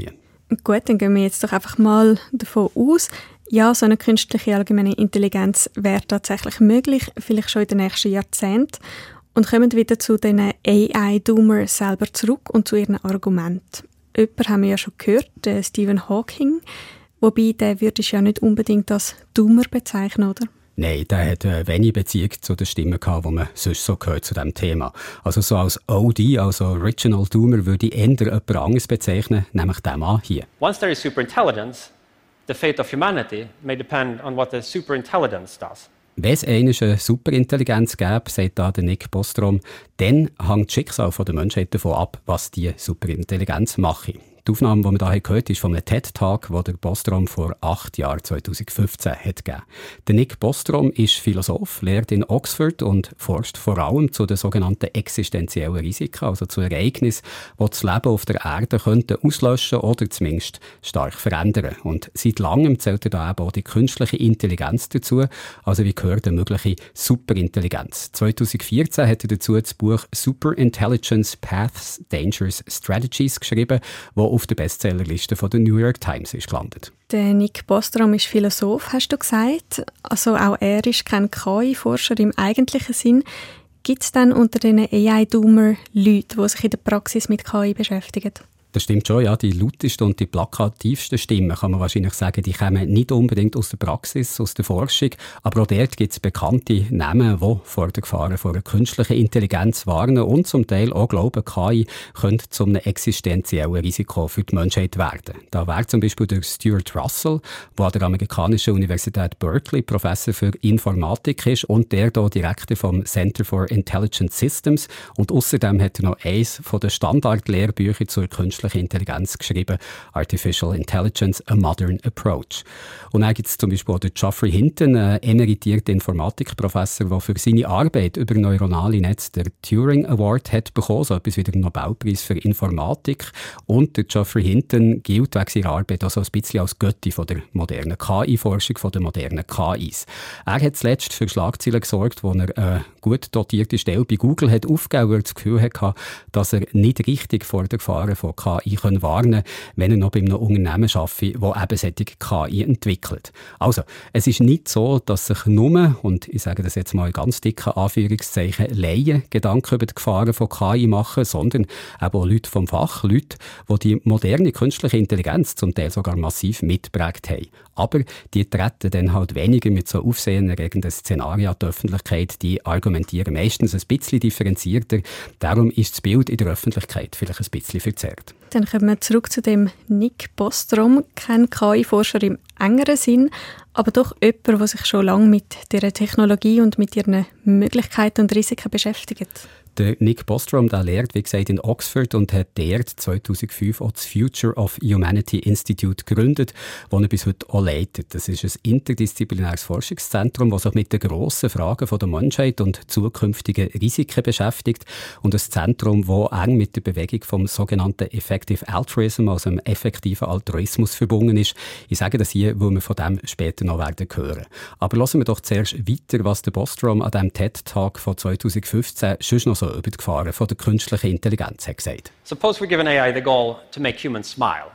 Gut, dann gehen wir jetzt doch einfach mal davon aus, ja, so eine künstliche allgemeine Intelligenz wäre tatsächlich möglich, vielleicht schon in den nächsten Jahrzehnten. Und kommen wieder zu den A I-Doomer selber zurück und zu ihren Argumenten. Jemand haben wir ja schon gehört, den Stephen Hawking. Wobei, der würde ich ja nicht unbedingt als Doomer bezeichnen, oder? Nein, der hat äh, wenig Beziehung zu den Stimmen gehabt, die man sonst so gehört zu diesem Thema. Also so als O D, also Original Doomer, würde ich eher jemand anderes bezeichnen, nämlich den Mann hier. Once there is superintelligence, the fate of humanity may depend on what the superintelligence does. Wenn es eine Superintelligenz gäbe, sagt da der Nick Bostrom, dann hängt das Schicksal der Menschheit davon ab, was diese Superintelligenz mache. Die Aufnahme, die wir hier gehört haben, ist von einem TED-Tag, den der Bostrom vor acht Jahren, zwanzig fünfzehn, hat gegeben. Der Nick Bostrom ist Philosoph, lehrt in Oxford und forscht vor allem zu den sogenannten existenziellen Risiken, also zu Ereignissen, die das Leben auf der Erde könnten auslöschen oder zumindest stark verändern. Und seit langem zählt er da eben auch die künstliche Intelligenz dazu, also wie gehört eine mögliche Superintelligenz. zwanzig vierzehn hat er dazu das Buch Superintelligence Paths, Dangers, Strategies geschrieben, wo auf der Bestsellerliste von der New York Times ist gelandet. Der Nick Bostrom ist Philosoph, hast du gesagt. Also auch er ist kein K I-Forscher im eigentlichen Sinn. Gibt es denn unter den A I-Doomer Leute, die sich in der Praxis mit K I beschäftigen? Das stimmt schon, ja. Die lautesten und die plakativsten Stimmen, kann man wahrscheinlich sagen, die kommen nicht unbedingt aus der Praxis, aus der Forschung, aber auch dort gibt es bekannte Namen, die vor der Gefahr von einer künstlichen Intelligenz warnen und zum Teil auch glauben, K I könnte zu einem existenziellen Risiko für die Menschheit werden. Da wäre zum Beispiel der Stuart Russell, der an der amerikanischen Universität Berkeley Professor für Informatik ist und der hier Direktor vom Center for Intelligent Systems, und außerdem hat er noch eines der Standardlehrbücher zur künstlichen Intelligenz geschrieben, Artificial Intelligence, a Modern Approach. Und dann gibt es zum Beispiel auch den Geoffrey Hinton, ein emeritierter Informatikprofessor, der für seine Arbeit über neuronale Netze den Turing Award hat bekommen, so etwas wie der Nobelpreis für Informatik. Und der Geoffrey Hinton gilt wegen seiner Arbeit auch so ein bisschen als Götti von der modernen K I-Forschung, von der modernen K Is. Er hat zuletzt für Schlagzeilen gesorgt, wo er eine gut dotierte Stelle bei Google hat aufgegeben, weil er das Gefühl hatte, dass er nicht richtig vor der Gefahr von K I können warnen, wenn er noch bei einem Unternehmen arbeitet, das eben solche K I entwickelt. Also, es ist nicht so, dass sich nur, und ich sage das jetzt mal in ganz dicken Anführungszeichen, Laien Gedanken über die Gefahren von K I machen, sondern eben auch Leute vom Fach, Leute, die die moderne künstliche Intelligenz zum Teil sogar massiv mitgeprägt haben. Aber die treten dann halt weniger mit so aufsehenerregenden Szenarien an die Öffentlichkeit, die argumentieren meistens ein bisschen differenzierter. Darum ist das Bild in der Öffentlichkeit vielleicht ein bisschen verzerrt. Dann kommen wir zurück zu dem Nick Bostrom, kein K I-Forscher im engeren Sinn, aber doch jemand, der sich schon lange mit dieser Technologie und mit ihren Möglichkeiten und Risiken beschäftigt. Der Nick Bostrom, der lehrt, wie gesagt, in Oxford und hat dort zweitausendfünf auch das Future of Humanity Institute gegründet, das er bis heute auch leitet. Das ist ein interdisziplinäres Forschungszentrum, das sich mit den grossen Fragen der Menschheit und zukünftigen Risiken beschäftigt, und ein Zentrum, das eng mit der Bewegung vom sogenannten Effective Altruism, also dem effektiven Altruismus, verbunden ist. Ich sage das hier, weil wir von dem später noch werden hören. Aber lassen wir doch zuerst weiter, was der Bostrom an diesem TED-Tag von zweitausendfünfzehn schon noch so über die Gefahren von der künstlichen Intelligenz hat gesagt. Suppose we give an A I the goal to make humans smile.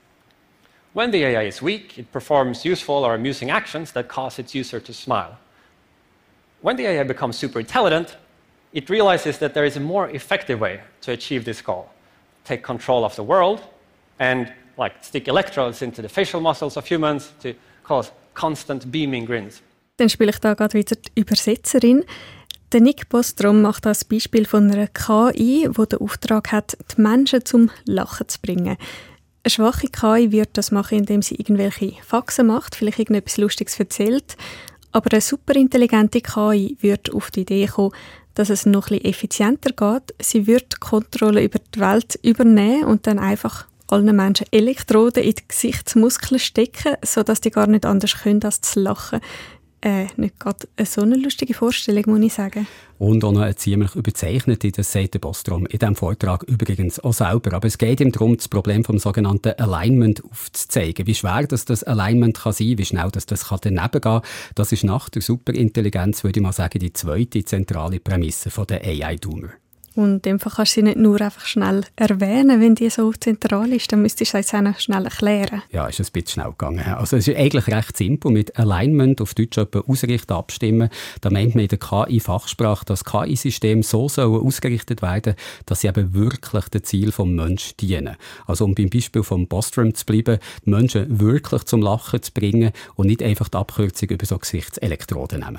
When the A I is weak, it performs useful or amusing actions that cause its user to smile. When the A I becomes super intelligent, it realizes that there is a more effective way to achieve this goal. Take control of the world and like stick electrodes into the facial muscles of humans to cause constant beaming grins. Dann spiele ich da gerade wieder die Übersetzerin. Der Nick Bostrom macht das Beispiel von einer K I, die den Auftrag hat, die Menschen zum Lachen zu bringen. Eine schwache K I wird das machen, indem sie irgendwelche Faxen macht, vielleicht irgendetwas Lustiges erzählt. Aber eine superintelligente K I wird auf die Idee kommen, dass es noch ein bisschen effizienter geht. Sie wird die Kontrolle über die Welt übernehmen und dann einfach allen Menschen Elektroden in die Gesichtsmuskeln stecken, sodass die gar nicht anders können, als zu lachen. Äh, nicht gerade so eine lustige Vorstellung, muss ich sagen. Und auch noch eine ziemlich überzeichnete, das sagt der Bostrom in diesem Vortrag übrigens auch selber. Aber es geht ihm darum, das Problem vom sogenannten Alignment aufzuzeigen. Wie schwer das, das Alignment kann sein, wie schnell das, das kann daneben gehen kann. Das ist nach der Superintelligenz, würde ich mal sagen, die zweite zentrale Prämisse der A I-Doomer. Und in dem Fall kannst du sie nicht nur einfach schnell erwähnen, wenn die so zentral ist, dann müsstest du es jetzt auch noch schnell erklären. Ja, ist ein bisschen schnell gegangen. Also es ist eigentlich recht simpel. Mit Alignment, auf Deutsch etwa ausrichten, abstimmen, da meint man in der K I-Fachsprache, dass K I-Systeme so sollen ausgerichtet werden, dass sie eben wirklich dem Ziel des Menschen dienen. Also um beim Beispiel vom Bostrom zu bleiben, die Menschen wirklich zum Lachen zu bringen und nicht einfach die Abkürzung über so Gesichtselektroden nehmen.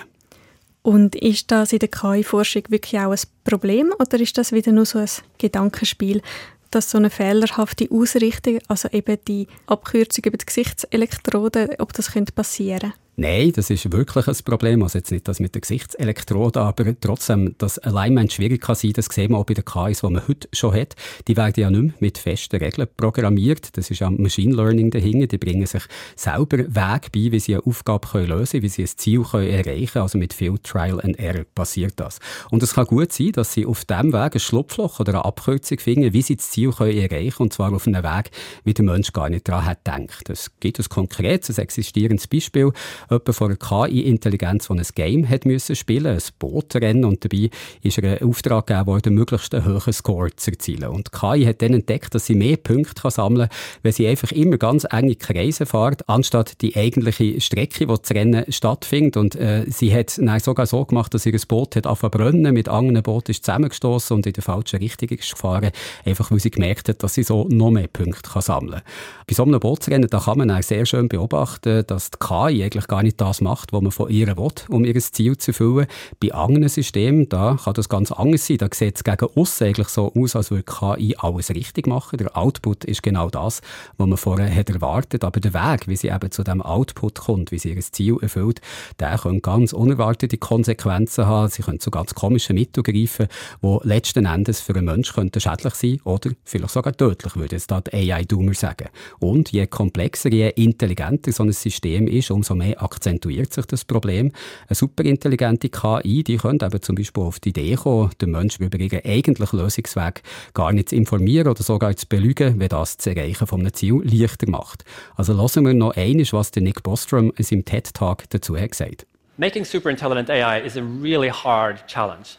Und ist das in der K I-Forschung wirklich auch ein Problem oder ist das wieder nur so ein Gedankenspiel, dass so eine fehlerhafte Ausrichtung, also eben die Abkürzung über die Gesichtselektroden, ob das passieren könnte? Nein, das ist wirklich ein Problem. Also jetzt nicht das mit der Gesichtselektrode, aber trotzdem, dass Alignment schwierig kann sein, das sehen wir auch bei den K Is, die man heute schon hat. Die werden ja nicht mehr mit festen Regeln programmiert. Das ist ja Machine Learning dahinter. Die bringen sich selber Wege bei, wie sie eine Aufgabe können lösen können, wie sie ein Ziel können erreichen können. Also mit viel Trial and Error passiert das. Und es kann gut sein, dass sie auf diesem Weg ein Schlupfloch oder eine Abkürzung finden, wie sie das Ziel können erreichen können. Und zwar auf einem Weg, wie der Mensch gar nicht daran hat gedacht. Es gibt ein konkretes, ein existierendes Beispiel. Jemand von einer K I-Intelligenz, die ein Game hat müssen spielen, ein Bootrennen, und dabei ist ihr ein Auftrag gegeben worden, möglichst einen hohen Score zu erzielen. Und die K I hat dann entdeckt, dass sie mehr Punkte sammeln kann, wenn sie einfach immer ganz enge Kreise fährt, anstatt die eigentliche Strecke, wo das Rennen stattfindet. Und äh, sie hat dann sogar so gemacht, dass ihr Boot hat angefangen zu brennen, mit anderen Booten ist zusammengestossen und in der falschen Richtung ist gefahren, einfach weil sie gemerkt hat, dass sie so noch mehr Punkte kann sammeln kann. Bei so einem Bootsrennen da kann man dann sehr schön beobachten, dass die K I eigentlich gar nicht das macht, was man von ihr will, um ihr Ziel zu erfüllen. Bei anderen Systemen da kann das ganz anders sein. Da sieht es gegen aussen eigentlich so aus, als würde die K I alles richtig machen. Der Output ist genau das, was man vorher hat erwartet. Aber der Weg, wie sie eben zu diesem Output kommt, wie sie ihr Ziel erfüllt, der kann ganz unerwartete Konsequenzen haben. Sie können zu ganz komischen Mitteln greifen, die letzten Endes für einen Menschen schädlich sein oder vielleicht sogar tödlich, würde jetzt da die A I-Doomer sagen. Und je komplexer, je intelligenter so ein System ist, umso mehr akzentuiert sich das Problem. Eine superintelligente K I, die könnte eben zum Beispiel auf die Idee kommen, den Menschen über ihren eigentlichen Lösungsweg gar nicht zu informieren oder sogar zu belügen, wenn das das Erreichen von einem Ziel leichter macht. Also hören wir noch einmal, was der Nick Bostrom in seinem TED-Talk dazu hat gesagt. Making superintelligent A I is a really hard challenge.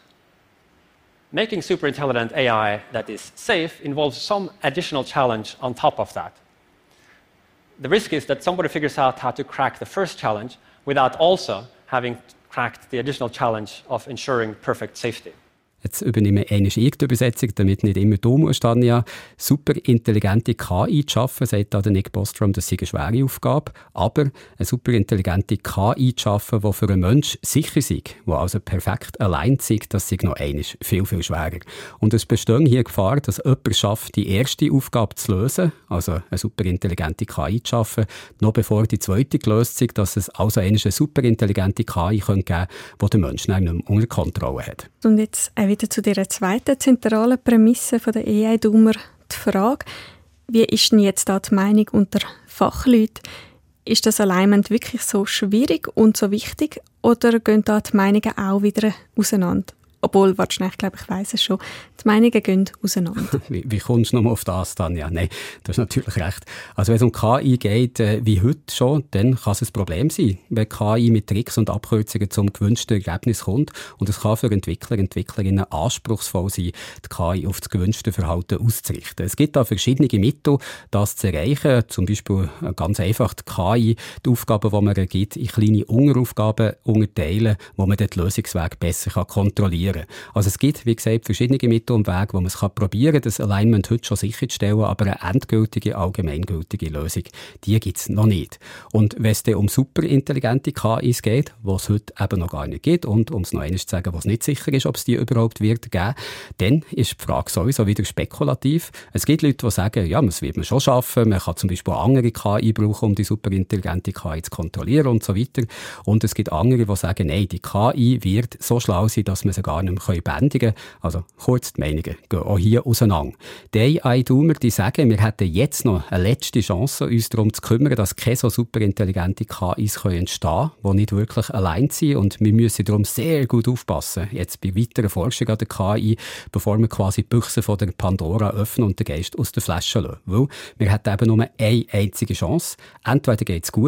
Making superintelligent A I that is safe involves some additional challenge on top of that. The risk is that somebody figures out how to crack the first challenge without also having cracked the additional challenge of ensuring perfect safety. Jetzt übernehme ich eine die Übersetzung, damit nicht immer du musst, Tanja. Super intelligente K I zu schaffen, sagt da der Nick Bostrom, das sei eine schwere Aufgabe. Aber eine super intelligente K I zu schaffen, die für einen Menschen sicher sei, die also perfekt allein sei, das sei noch einmal viel, viel schwerer. Und es besteht hier Gefahr, dass jemand schafft, die erste Aufgabe zu lösen, also eine super intelligente K I zu schaffen, noch bevor die zweite gelöst ist, dass es also eine super intelligente K I geben könnte, die der Mensch nicht mehr unter Kontrolle hat. Und jetzt wieder zu dieser zweiten zentralen Prämisse von der A I-Doomer die Frage, wie ist denn jetzt da die Meinung unter Fachleuten? Ist das Alignment wirklich so schwierig und so wichtig oder gehen da die Meinungen auch wieder auseinander? Obwohl, warte schnell, ich glaube, ich weiss es schon. Die Meinungen gehen auseinander. wie, wie kommst du nochmal auf das, Tanja? Nein, du hast natürlich recht. Also wenn es um K I geht, äh, wie heute schon, dann kann es ein Problem sein, wenn K I mit Tricks und Abkürzungen zum gewünschten Ergebnis kommt. Und es kann für Entwickler, Entwicklerinnen anspruchsvoll sein, die K I auf das gewünschte Verhalten auszurichten. Es gibt da verschiedene Mittel, das zu erreichen. Zum Beispiel ganz einfach die K I, die Aufgaben, die man gibt, in kleine Unteraufgaben unterteilen, wo man den Lösungsweg besser kontrollieren kann. Also es gibt, wie gesagt, verschiedene Mittel und Wege, wo man es probieren kann, das Alignment heute schon sicherzustellen, aber eine endgültige, allgemeingültige Lösung, die gibt es noch nicht. Und wenn es dann um superintelligente K Is geht, was es heute eben noch gar nicht gibt, und um es noch einmal zu sagen, was nicht sicher ist, ob es die überhaupt wird geben, dann ist die Frage sowieso wieder spekulativ. Es gibt Leute, die sagen, ja, das wird man schon schaffen, man kann zum Beispiel andere K I brauchen, um die superintelligente K I zu kontrollieren und so weiter. Und es gibt andere, die sagen, nein, die K I wird so schlau sein, dass man sie gar nicht mehr bändigen können. Also kurz, die Meinungen gehen auch hier auseinander. Die A I-Doomer, die sagen, wir hätten jetzt noch eine letzte Chance, uns darum zu kümmern, dass keine so superintelligente K Is entstehen können, die nicht wirklich allein sind. Und wir müssen darum sehr gut aufpassen, jetzt bei weiteren Forschung an der K I, bevor wir quasi die Büchse von der Pandora öffnen und den Geist aus der Flasche lassen. Weil wir hätten eben nur eine einzige Chance. Entweder geht es gut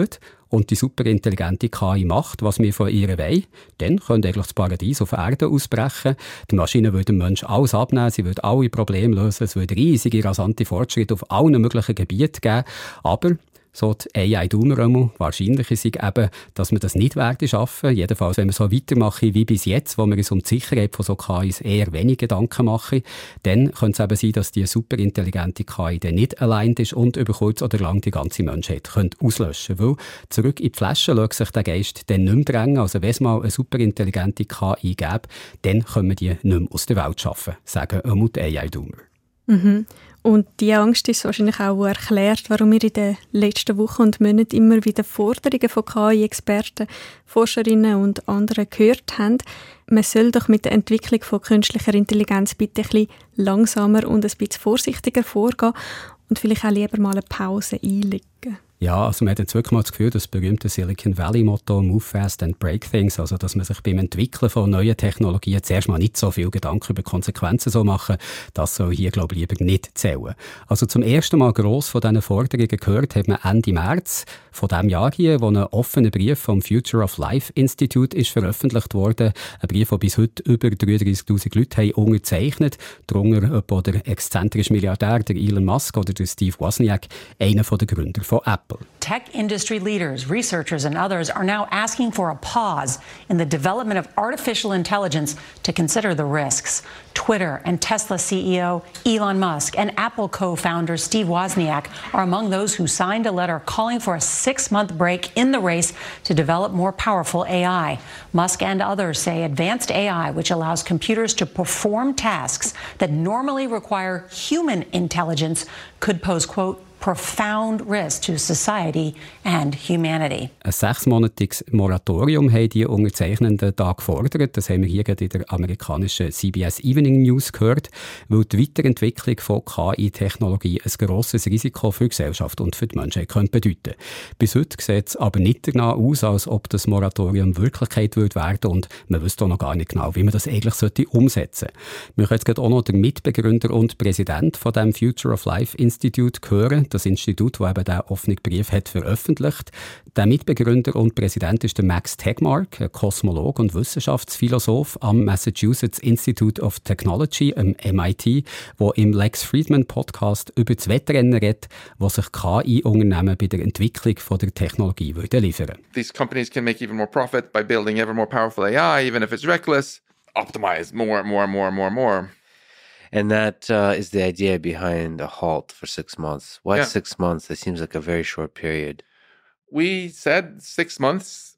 und die superintelligente K I macht, was wir von ihr wollen, dann könnte eigentlich das Paradies auf Erde ausbrechen. Die Maschine würde dem Menschen alles abnehmen, sie würde alle Probleme lösen, es würde riesige, rasante Fortschritte auf allen möglichen Gebieten geben. Aber so die A I-Doomer, wahrscheinlich ist eben, dass wir das nicht werden schaffen. Jedenfalls, wenn wir so weitermachen wie bis jetzt, wo wir uns um die Sicherheit von so K Is eher wenig Gedanken machen, dann könnte es eben sein, dass die superintelligente K I dann nicht allein ist und über kurz oder lang die ganze Menschheit könnte auslöschen könnte. Weil zurück in die Flasche lässt sich der Geist dann nicht mehr drängen. Also wenn es mal eine superintelligente K I gäbe, dann können wir die nicht mehr aus der Welt schaffen, sagen einmal die A I-Doomer. Mhm. Und diese Angst ist wahrscheinlich auch erklärt, warum wir in den letzten Wochen und Monaten immer wieder Forderungen von K I-Experten, Forscherinnen und anderen gehört haben. Man soll doch mit der Entwicklung von künstlicher Intelligenz bitte ein bisschen langsamer und ein bisschen vorsichtiger vorgehen und vielleicht auch lieber mal eine Pause einlegen. Ja, also man hat jetzt wirklich mal das Gefühl, das berühmte Silicon Valley-Motto «Move fast and break things», also dass man sich beim Entwickeln von neuen Technologien zuerst mal nicht so viel Gedanken über Konsequenzen so machen, das soll hier, glaube ich, lieber nicht zählen. Also zum ersten Mal gross von diesen Forderungen gehört hat man Ende März von diesem Jahr hier, wo ein offener Brief vom Future of Life Institute ist veröffentlicht wurde. Ein Brief, der bis heute über dreiunddreißigtausend Leute haben unterzeichnet. Darunter etwa der exzentrische Milliardär, der Elon Musk oder der Steve Wozniak, einer der Gründer von Apple. Tech industry leaders, researchers, and others are now asking for a pause in the development of artificial intelligence to consider the risks. Twitter and Tesla C E O Elon Musk and Apple co-founder Steve Wozniak are among those who signed a letter calling for a six-month break in the race to develop more powerful A I. Musk and others say advanced A I, which allows computers to perform tasks that normally require human intelligence, could pose, quote, profound risk to society and humanity. Ein sechsmonatiges Moratorium haben die Unterzeichnenden da gefordert. Das haben wir hier gerade in der amerikanischen C B S Evening News gehört, weil die Weiterentwicklung von K I-Technologie ein grosses Risiko für die Gesellschaft und für die Menschheit könnte bedeuten. Bis heute sieht es aber nicht danach aus, als ob das Moratorium Wirklichkeit wird werden und man wüsste auch noch gar nicht genau, wie man das eigentlich sollte umsetzen sollte. Wir können jetzt gerade auch noch den Mitbegründer und Präsident von dem Future of Life Institute hören. Das Institut, das eben diesen offenen Brief hat veröffentlicht. Der Mitbegründer und Präsident ist der Max Tegmark, ein Kosmologe und Wissenschaftsphilosoph am Massachusetts Institute of Technology, am M I T, der im Lex Fridman Podcast über das Wettrennen redet, das sich K I-Unternehmen bei der Entwicklung von der Technologie liefern würden. These companies can make even more profit by building ever more powerful A I, even if it's reckless, optimize more and more and more and more and more. And that uh, is the idea behind a halt for six months. Why yeah. six months? It seems like a very short period. We said six months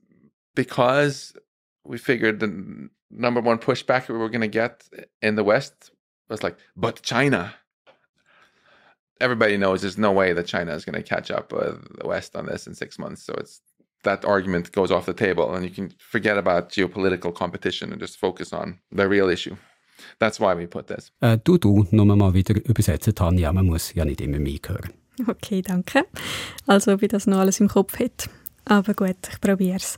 because we figured the number one pushback we were going to get in the West was like, but China. Everybody knows there's no way that China is going to catch up with the West on this in six months. So it's that argument goes off the table and you can forget about geopolitical competition and just focus on the real issue. That's why we put this. Äh, du, du, nur mal wieder übersetzen, Tanja, man muss ja nicht immer mehr hören. Okay, danke. Also, ob ich das noch alles im Kopf hätte. Aber gut, ich probiere es.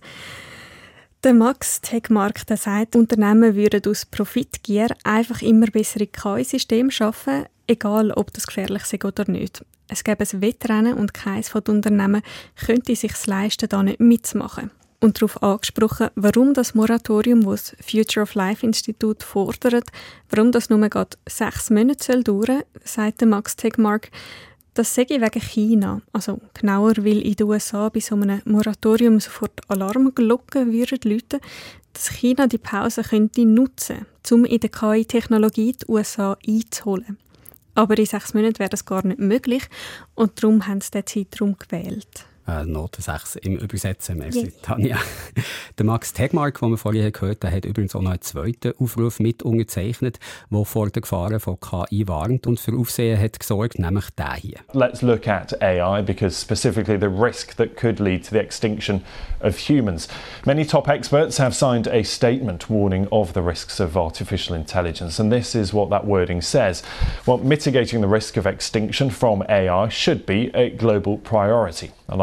Der Max Tegmark, der sagt, Unternehmen würden aus Profitgier einfach immer bessere K I-Systeme schaffen, egal ob das gefährlich ist oder nicht. Es gäbe ein Wettrennen und keines von den Unternehmen könnte sich leisten, da nicht mitzumachen. Und darauf angesprochen, warum das Moratorium, das das Future of Life Institute fordert, warum das nur gerade sechs Monate soll dauern, sagt Max Tegmark, das sei wegen China. Also genauer, weil in den U S A bei so einem Moratorium sofort Alarmglocken würden läuten, dass China die Pause könnte nutzen, um in der K I-Technologie die U S A einzuholen. Aber in sechs Monaten wäre das gar nicht möglich und darum haben sie den Zeitraum gewählt. Äh, Note sechs im Übersetzen, merci, yeah. Tanja. Der Max Tegmark, den wir vorhin gehört haben, hat übrigens auch noch einen zweiten Aufruf mit unterzeichnet, der vor den Gefahren von K I warnt und für Aufsehen hat gesorgt, nämlich der hier. Let's look at A I because specifically the risk that could lead to the extinction of humans. Many top experts have signed a statement warning of the risks of artificial intelligence, and this is what that wording says. Well, mitigating the risk of extinction from A I should be a global priority. Along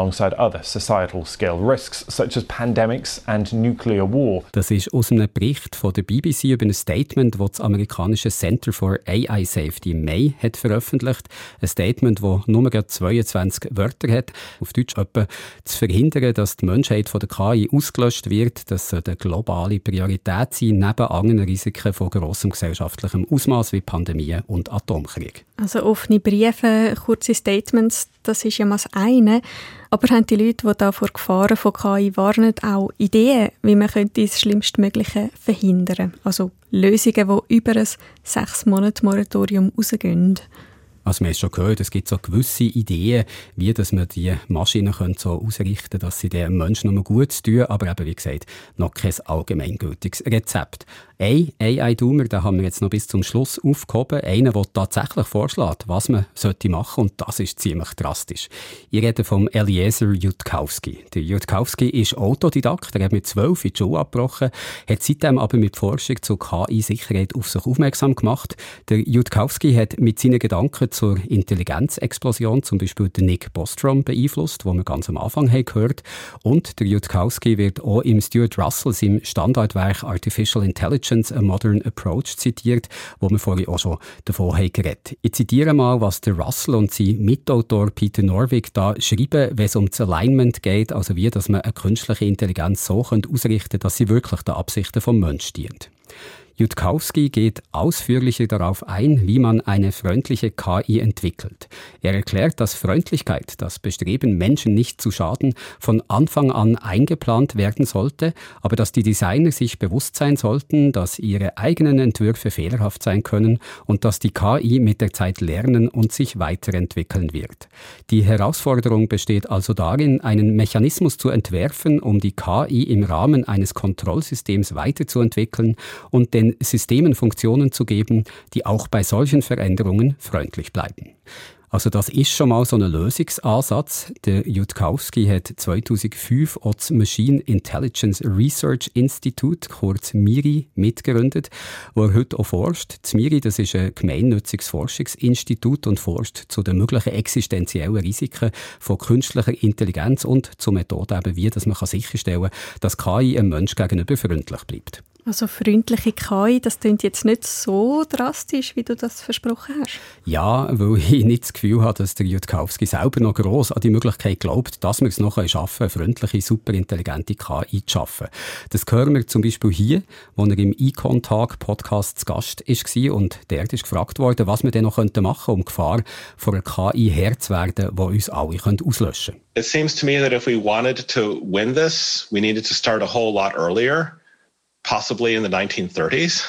alongside other societal-scale risks, such as pandemics and nuclear war. Das ist aus einem Bericht von der B B C über ein Statement, das das amerikanische Center for A I Safety im Mai hat veröffentlicht. Ein Statement, das nur zweiundzwanzig Wörter hat. Auf Deutsch etwa zu verhindern, dass die Menschheit von der K I ausgelöscht wird. Das soll eine globale Priorität sein, neben anderen Risiken von grossem gesellschaftlichem Ausmaß wie Pandemien und Atomkrieg. Also offene Briefe, kurze Statements, das ist ja mal das eine. Aber haben die Leute, die da vor Gefahren von K I warnen, auch Ideen, wie man könnte das Schlimmstmögliche verhindern? Also Lösungen, die über ein sechs Monate Moratorium rausgehen? Also wir haben es schon gehört, es gibt so gewisse Ideen, wie dass man die Maschinen so ausrichten können, dass sie den Menschen nur gut tun, aber eben, wie gesagt, noch kein allgemeingültiges Rezept. Ein A I-Doomer, den haben wir jetzt noch bis zum Schluss aufgehoben. Einer, der tatsächlich vorschlägt, was man sollte machen, und das ist ziemlich drastisch. Ich rede vom Eliezer Yudkowsky. Der Yudkowsky ist Autodidakt, er hat mit zwölf in die Schule abgebrochen, hat seitdem aber mit Forschung zur K I-Sicherheit auf sich aufmerksam gemacht. Der Yudkowsky hat mit seinen Gedanken zur Intelligenzexplosion zum Beispiel den Nick Bostrom beeinflusst, wo wir ganz am Anfang haben gehört. Und der Yudkowsky wird auch im Stuart Russell im Standardwerk Artificial Intelligence A Modern Approach zitiert, wo wir vorhin auch schon davon haben geredet. Ich zitiere mal, was der Russell und sein Mitautor Peter Norvig da schreiben, wenn es um das Alignment geht, also wie, dass man eine künstliche Intelligenz so ausrichten könnte, dass sie wirklich den Absichten vom Menschen dient. Yudkowsky geht ausführlicher darauf ein, wie man eine freundliche K I entwickelt. Er erklärt, dass Freundlichkeit, das Bestreben, Menschen nicht zu schaden, von Anfang an eingeplant werden sollte, aber dass die Designer sich bewusst sein sollten, dass ihre eigenen Entwürfe fehlerhaft sein können und dass die K I mit der Zeit lernen und sich weiterentwickeln wird. Die Herausforderung besteht also darin, einen Mechanismus zu entwerfen, um die K I im Rahmen eines Kontrollsystems weiterzuentwickeln und den Systemen Funktionen zu geben, die auch bei solchen Veränderungen freundlich bleiben. Also das ist schon mal so ein Lösungsansatz. Der Yudkowsky hat zweitausendfünf auch das Machine Intelligence Research Institute, kurz MIRI, mitgegründet, wo er heute auch forscht. Das MIRI, das ist ein gemeinnütziges Forschungsinstitut und forscht zu den möglichen existenziellen Risiken von künstlicher Intelligenz und zu Methoden, eben wie dass man sicherstellen kann, dass K I einem Menschen gegenüber freundlich bleibt. Also freundliche K I, das klingt jetzt nicht so drastisch, wie du das versprochen hast. Ja, weil ich nicht das Gefühl habe, dass der Yudkowsky selber noch gross an die Möglichkeit glaubt, dass wir es noch schaffen können, eine freundliche, superintelligente K I zu schaffen. Das hören wir zum Beispiel hier, wo er im Econ-Tag-Podcast zu Gast war und dort ist gefragt worden, was wir denn noch machen könnten, um Gefahr vor einer K I Herr zu werden, die uns alle auslöschen könnte. It seems to me that if we wanted to win this, we needed to start a whole lot earlier. Possibly in the nineteen thirties,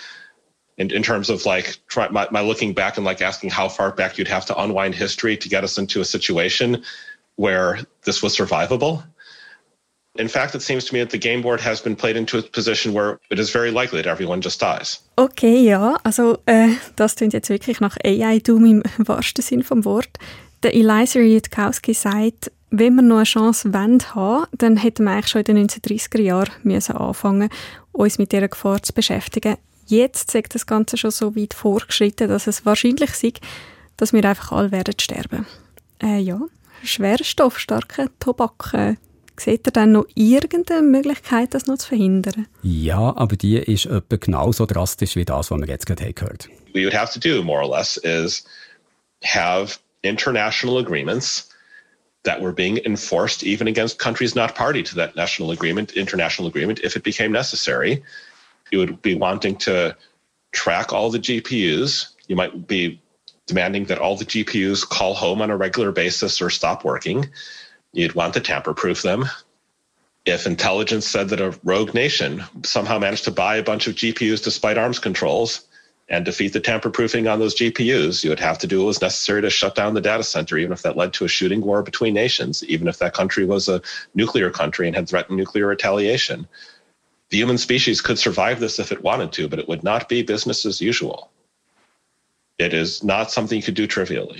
in, in terms of like try, my, my looking back and like asking how far back you'd have to unwind history to get us into a situation where this was survivable. In fact, it seems to me that the game board has been played into a position where it is very likely that everyone just dies. Okay, ja, also äh, das klingt jetzt wirklich nach A I-Doom im wahrsten Sinn vom Wort. Der Eliezer Yudkowsky sagt, wenn wir noch eine Chance haben wollen, dann hätten wir eigentlich schon in den neunzehnhundertdreißiger Jahren müssen anfangen, uns mit dieser Gefahr zu beschäftigen. Jetzt sagt das Ganze schon so weit vorgeschritten, dass es wahrscheinlich ist, dass wir einfach alle werden sterben. Äh, ja, Schwerstoff, starker Tobak. Äh, Seht ihr dann noch irgendeine Möglichkeit, das noch zu verhindern? Ja, aber die ist etwa genauso drastisch wie das, was wir jetzt gerade gehört haben. What you would have to do, more or less, is have international agreements that were being enforced even against countries not party to that national agreement, international agreement, if it became necessary. You would be wanting to track all the G P Us. You might be demanding that all the G P Us call home on a regular basis or stop working. You'd want to tamper-proof them. If intelligence said that a rogue nation somehow managed to buy a bunch of G P Us despite arms controls and defeat the tamper-proofing on those G P Us, you would have to do what was necessary to shut down the data center, even if that led to a shooting war between nations, even if that country was a nuclear country and had threatened nuclear retaliation. The human species could survive this if it wanted to, but it would not be business as usual. It is not something you could do trivially.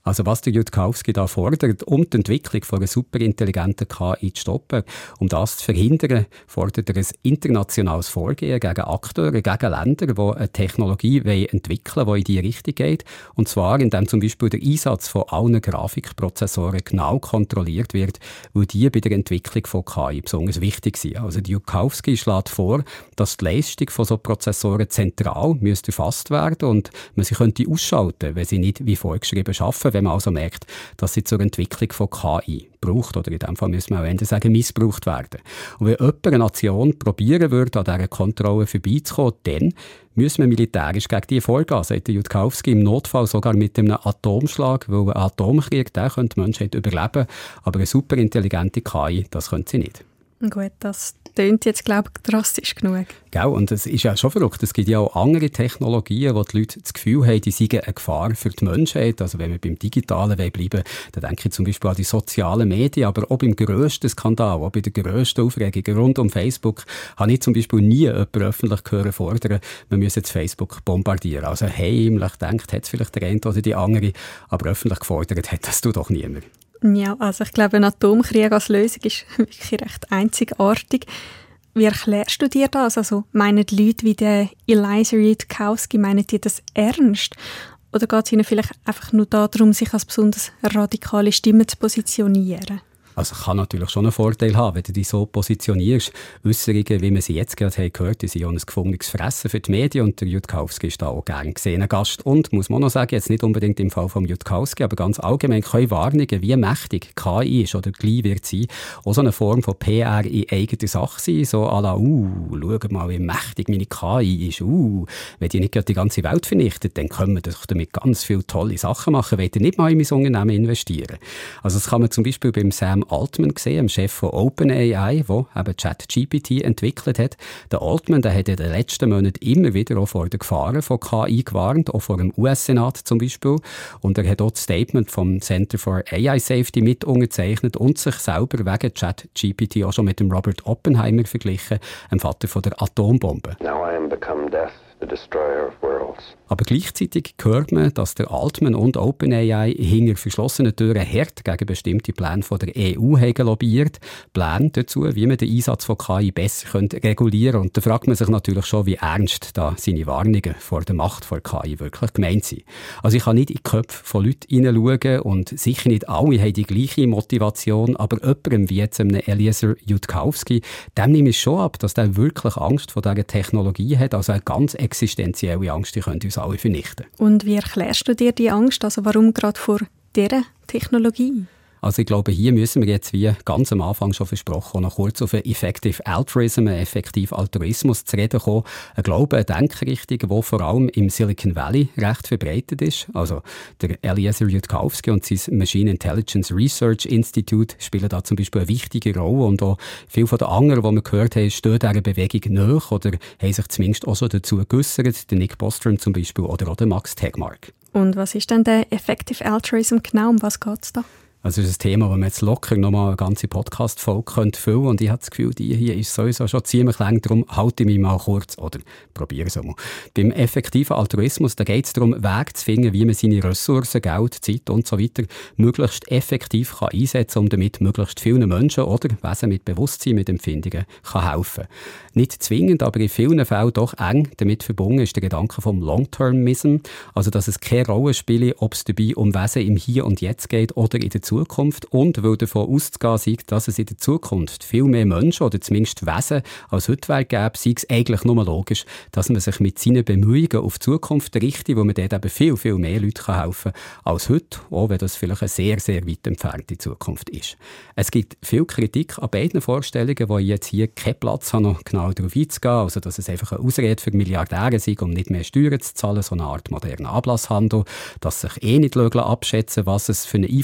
Also was der Jutkowski da fordert, um die Entwicklung von einer superintelligenten K I zu stoppen, um das zu verhindern, fordert er ein internationales Vorgehen gegen Akteure, gegen Länder, die eine Technologie entwickeln wollen, die in diese Richtung geht. Und zwar, indem zum Beispiel der Einsatz von allen Grafikprozessoren genau kontrolliert wird, weil die bei der Entwicklung von K I besonders wichtig sind. Also der Jutkowski schlägt vor, dass die Leistung von so Prozessoren zentral müsste erfasst werden und man sie könnte ausschalten, wenn sie nicht wie vorgeschrieben arbeiten, wenn man also merkt, dass sie zur Entwicklung von K I braucht, oder in dem Fall müssen wir auch eher sagen, missbraucht werden. Und wenn jemand eine Nation probieren würde, an dieser Kontrolle vorbeizukommen, dann müssen wir militärisch gegen die vorgehen, sagt der Jutkowski, im Notfall sogar mit einem Atomschlag, weil ein Atomkrieg, der könnte die Menschheit überleben, aber eine superintelligente K I, das könnte sie nicht. Gut, das klingt jetzt, glaube ich, drastisch genug. Gell, und es ist ja schon verrückt. Es gibt ja auch andere Technologien, wo die Leute das Gefühl haben, die seien eine Gefahr für die Menschheit. Also wenn wir beim Digitalen bleiben, dann denke ich zum Beispiel an die sozialen Medien, aber auch beim grössten Skandal, auch bei der grössten Aufregung rund um Facebook, habe ich zum Beispiel nie jemanden öffentlich gehört fordern, man müsse jetzt Facebook bombardieren. Also heimlich denkt, hat es vielleicht der eine oder die andere, aber öffentlich gefordert hat das doch niemand. Ja, also ich glaube, ein Atomkrieg als Lösung ist wirklich recht einzigartig. Wie erklärst du dir das? Also meinen die Leute wie der Eliezer Yudkowsky, meinen die das ernst? Oder geht es ihnen vielleicht einfach nur darum, sich als besonders radikale Stimme zu positionieren? Also es kann natürlich schon einen Vorteil haben, wenn du dich so positionierst. Äusserungen, wie wir sie jetzt gerade haben gehört, die sind ja ein gefundenes Fressen für die Medien und der Jutkowski ist da auch gern gesehener Gast. Und, muss man noch sagen, jetzt nicht unbedingt im Fall vom Jutkowski, aber ganz allgemein können Warnungen, wie mächtig K I ist oder gleich wird sein, auch so eine Form von P R in eigener Sache sein, so à la, uh, schau mal, wie mächtig meine K I ist, uh, wenn die nicht gerade die ganze Welt vernichtet, dann können wir doch damit ganz viele tolle Sachen machen, wenn ihr nicht mal in mein Unternehmen investieren. Also das kann man zum Beispiel beim Sam Altman gesehen, dem Chef von OpenAI, der eben ChatGPT entwickelt hat. Der Altman, der hat in den letzten Monaten immer wieder auch vor den Gefahren von K I gewarnt, auch vor dem U S-Senat zum Beispiel. Und er hat auch das Statement vom Center for A I Safety mit unterzeichnet und sich selber wegen ChatGPT auch schon mit dem Robert Oppenheimer verglichen, dem Vater von der Atombombe. Now I am become death, the destroyer of worlds. Aber gleichzeitig hört man, dass der Altman und OpenAI hinter verschlossenen Türen hart gegen bestimmte Pläne von der E U haben lobbyiert. Pläne dazu, wie man den Einsatz von K I besser regulieren könnte. Und da fragt man sich natürlich schon, wie ernst da seine Warnungen vor der Macht von K I wirklich gemeint sind. Also ich kann nicht in die Köpfe von Leuten hineinschauen und sicher nicht alle haben die gleiche Motivation, aber jemandem wie jetzt einem Eliezer Yudkowsky, dem nehme ich schon ab, dass der wirklich Angst vor dieser Technologie hat, also eine ganz existenzielle Angst, die könnte uns alle vernichten. Und wie erklärst du dir die Angst? Also warum gerade vor dieser Technologie? Also ich glaube, hier müssen wir jetzt, wie ganz am Anfang schon versprochen, noch kurz auf einen Effective Altruism, einen effektiven Altruismus zu reden kommen. Ein Glaube, eine Denkrichtung, die vor allem im Silicon Valley recht verbreitet ist. Also der Eliezer Yudkowsky und sein Machine Intelligence Research Institute spielen da zum Beispiel eine wichtige Rolle. Und auch viele von den anderen, die wir gehört haben, stehen dieser Bewegung nahe oder haben sich zumindest auch so dazu geäussert. Der Nick Bostrom zum Beispiel oder auch der Max Tegmark. Und was ist denn der Effective Altruism genau? Um was geht es da? Also das ist ein Thema, das man jetzt locker nochmal eine ganze Podcast-Folge füllen könnte. Und ich habe das Gefühl, die hier ist sowieso schon ziemlich lang, darum halte ich mich mal kurz oder probiere es mal. Beim effektiven Altruismus geht es darum, Wege zu finden, wie man seine Ressourcen, Geld, Zeit und so weiter möglichst effektiv kann einsetzen kann, um damit möglichst vielen Menschen oder Wesen mit Bewusstsein, mit Empfindungen kann helfen. Nicht zwingend, aber in vielen Fällen doch eng damit verbunden ist der Gedanke vom Long-Termism, also dass es keine Rolle spielt, ob es dabei um Wesen im Hier und Jetzt geht oder in der Zukunft. Zukunft und weil davon auszugehen sei, dass es in der Zukunft viel mehr Menschen oder zumindest Wesen als heute Welt gäbe, sei es eigentlich nur logisch, dass man sich mit seinen Bemühungen auf die Zukunft richtet, wo man dort eben viel, viel mehr Leuten helfen kann als heute, auch wenn das vielleicht eine sehr, sehr weit entfernte Zukunft ist. Es gibt viel Kritik an beiden Vorstellungen, wo ich jetzt hier keinen Platz habe, noch genau darauf einzugehen, also dass es einfach eine Ausrede für Milliardäre sei, um nicht mehr Steuern zu zahlen, so eine Art moderner Ablasshandel, dass sich eh nicht abschätzen lassen, was es für einen Einfluss hat,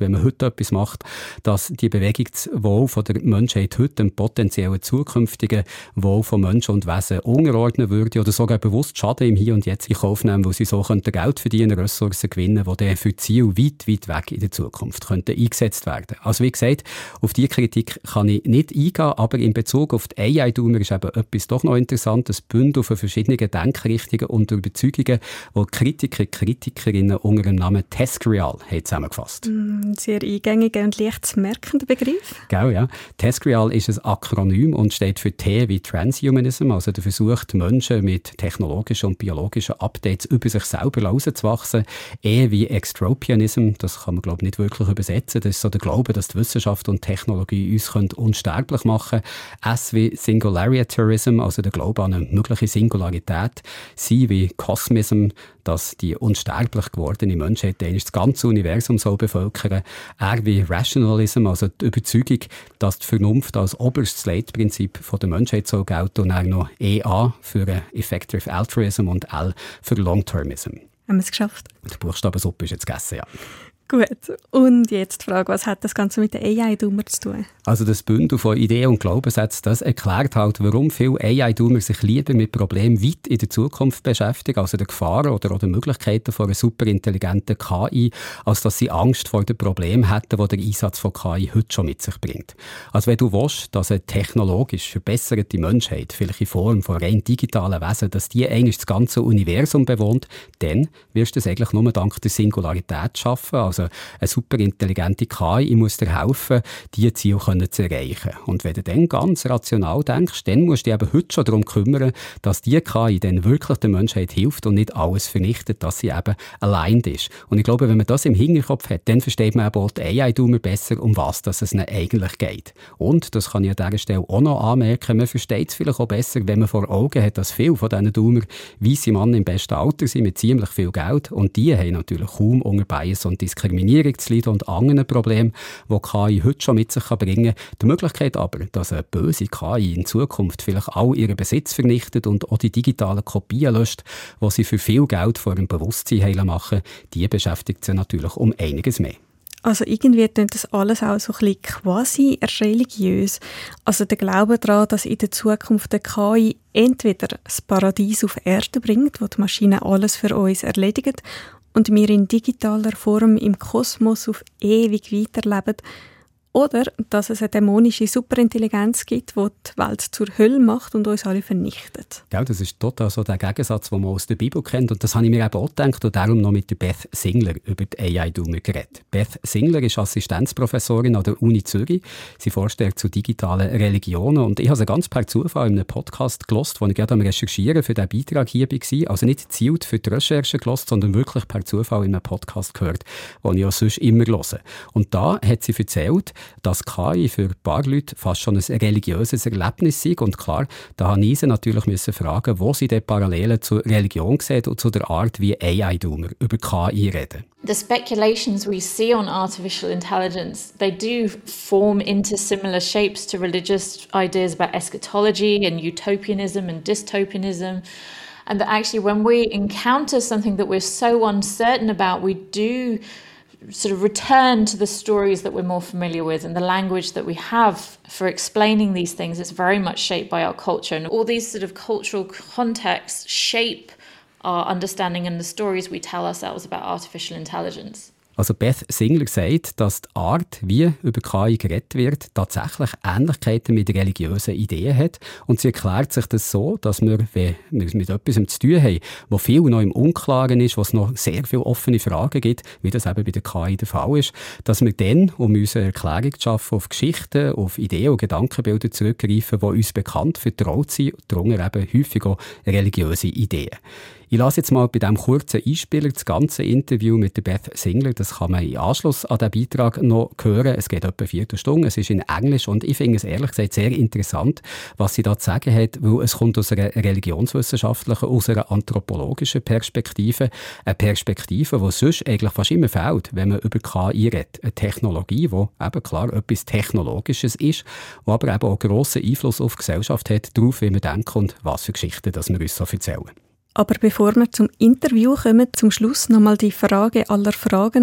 wenn man heute etwas macht, dass die Bewegungswohl von der Menschheit heute dem potenziellen zukünftigen Wohl von Menschen und Wesen unterordnen würde oder sogar bewusst Schaden im Hier und Jetzt in Kauf nehmen, weil sie so könnten Geld verdienen, Ressourcen gewinnen, die dann für Ziele weit, weit weg in der Zukunft könnten eingesetzt werden. Also wie gesagt, auf diese Kritik kann ich nicht eingehen, aber in Bezug auf die A I-Doomer ist eben etwas doch noch interessant, das Bündel von verschiedenen Denkrichtungen und Überzeugungen, die Kritiker, Kritikerinnen unter dem Namen TESCREAL haben zusammengefasst. Ein sehr eingängiger und leicht zu merkender Begriff. Genau, ja. TESCREAL ist ein Akronym und steht für T wie Transhumanism, also der Versuch, die Menschen mit technologischen und biologischen Updates über sich selber rauszuwachsen. E wie Extropianism, das kann man glaube ich nicht wirklich übersetzen, das ist so der Glaube, dass die Wissenschaft und Technologie uns können unsterblich machen können. S wie Singularitarianism, also der Glaube an eine mögliche Singularität. C wie Cosmism, dass die unsterblich gewordene Menschheit das ganze Universum soll bevölkern. R wie Rationalism, also die Überzeugung, dass die Vernunft als oberstes Leitprinzip von der Menschheit soll gelten, und dann noch E A für Effective Altruism und L für Long-Termism. Haben wir es geschafft? Der Buchstabensuppe ist jetzt gegessen, ja. Gut, und jetzt die Frage, was hat das Ganze mit der A I-Doomer zu tun? Also das Bündel von Ideen und Glaubenssätzen, das erklärt halt, warum viele A I-Doomer sich lieber mit Problemen weit in der Zukunft beschäftigen, also den Gefahren oder den Möglichkeiten von einer superintelligenten K I, als dass sie Angst vor den Problemen hätten, die der Einsatz von K I heute schon mit sich bringt. Also wenn du willst, dass eine technologisch verbesserte Menschheit, vielleicht in Form von rein digitalen Wesen, dass die eigentlich das ganze Universum bewohnt, dann wirst du es eigentlich nur dank der Singularität schaffen. Also eine superintelligente K I muss dir helfen, diese Ziele zu erreichen. Und wenn du dann ganz rational denkst, dann musst du dich eben heute schon darum kümmern, dass diese K I dann wirklich der Menschheit hilft und nicht alles vernichtet, dass sie eben allein ist. Und ich glaube, wenn man das im Hinterkopf hat, dann versteht man eben auch die A I-Doomer besser, um was dass es ihnen eigentlich geht. Und, das kann ich an dieser Stelle auch noch anmerken, man versteht es vielleicht auch besser, wenn man vor Augen hat, dass viele von diesen Doomer weisse Männer im besten Alter sind, mit ziemlich viel Geld. Und die haben natürlich kaum unter Bias und Diskriminierung zu leiden und anderen Problemen, die K I heute schon mit sich bringen kann. Die Möglichkeit aber, dass eine böse K I in Zukunft vielleicht all ihren Besitz vernichtet und auch die digitalen Kopien löscht, die sie für viel Geld vor dem Bewusstsein heilen machen, die beschäftigt sie natürlich um einiges mehr. Also irgendwie klingt das alles auch so ein bisschen quasi religiös. Also der Glaube daran, dass in der Zukunft der K I entweder das Paradies auf Erde bringt, wo die Maschinen alles für uns erledigen, und wir in digitaler Form im Kosmos auf ewig weiterleben, oder dass es eine dämonische Superintelligenz gibt, die die Welt zur Hölle macht und uns alle vernichtet. Ja, das ist total so der Gegensatz, den man aus der Bibel kennt. Und das habe ich mir eben auch gedacht und darum noch mit der Beth Singler über die A I-Doomer geredet. Beth Singler ist Assistenzprofessorin an der Uni Zürich. Sie forscht zu digitalen Religionen. Und ich habe sie ganz per Zufall in einem Podcast gehört, wo ich gerade am Recherchieren für diesen Beitrag hier war. Also nicht gezielt für die Recherche gehört, sondern wirklich per Zufall in einem Podcast gehört, den ich auch sonst immer höre. Und da hat sie erzählt, dass K I für ein paar Leute fast schon ein religiöses Erlebnis ist. Und klar, da habe ich sie natürlich müssen fragen, wo sie die Parallelen zur Religion sehen und zu der Art, wie A I-Doomer über K I reden. The speculations we see on artificial intelligence, they do form into similar shapes to religious ideas about eschatology and utopianism and dystopianism. And that actually when we encounter something that we're so uncertain about, we do sort of return to the stories that we're more familiar with, and the language that we have for explaining these things is very much shaped by our culture, and all these sort of cultural contexts shape our understanding and the stories we tell ourselves about artificial intelligence. Also Beth Singler sagt, dass die Art, wie über K I geredet wird, tatsächlich Ähnlichkeiten mit religiösen Ideen hat. Und sie erklärt sich das so, dass wir, wenn wir mit etwas zu tun haben, wo viel noch im Unklaren ist, wo es noch sehr viele offene Fragen gibt, wie das eben bei der K I der Fall ist, dass wir dann, um unsere Erklärung zu schaffen, auf Geschichten, auf Ideen und Gedankenbilder zurückgreifen, die uns bekannt vertraut sind, darunter eben häufig auch religiöse Ideen. Ich lasse jetzt mal bei diesem kurzen Einspieler das ganze Interview mit der Beth Singler. Das kann man im Anschluss an diesen Beitrag noch hören. Es geht etwa eine Viertelstunde. Es ist in Englisch und ich finde es ehrlich gesagt sehr interessant, was sie da zu sagen hat, weil es kommt aus einer religionswissenschaftlichen, aus einer anthropologischen Perspektive. Eine Perspektive, die sonst eigentlich fast immer fehlt, wenn man über K I redet. Eine Technologie, die eben klar etwas Technologisches ist, die aber eben auch grossen Einfluss auf die Gesellschaft hat, darauf, wie wir denken und was für Geschichten das wir uns so erzählen. Aber bevor wir zum Interview kommen, zum Schluss nochmal die Frage aller Fragen.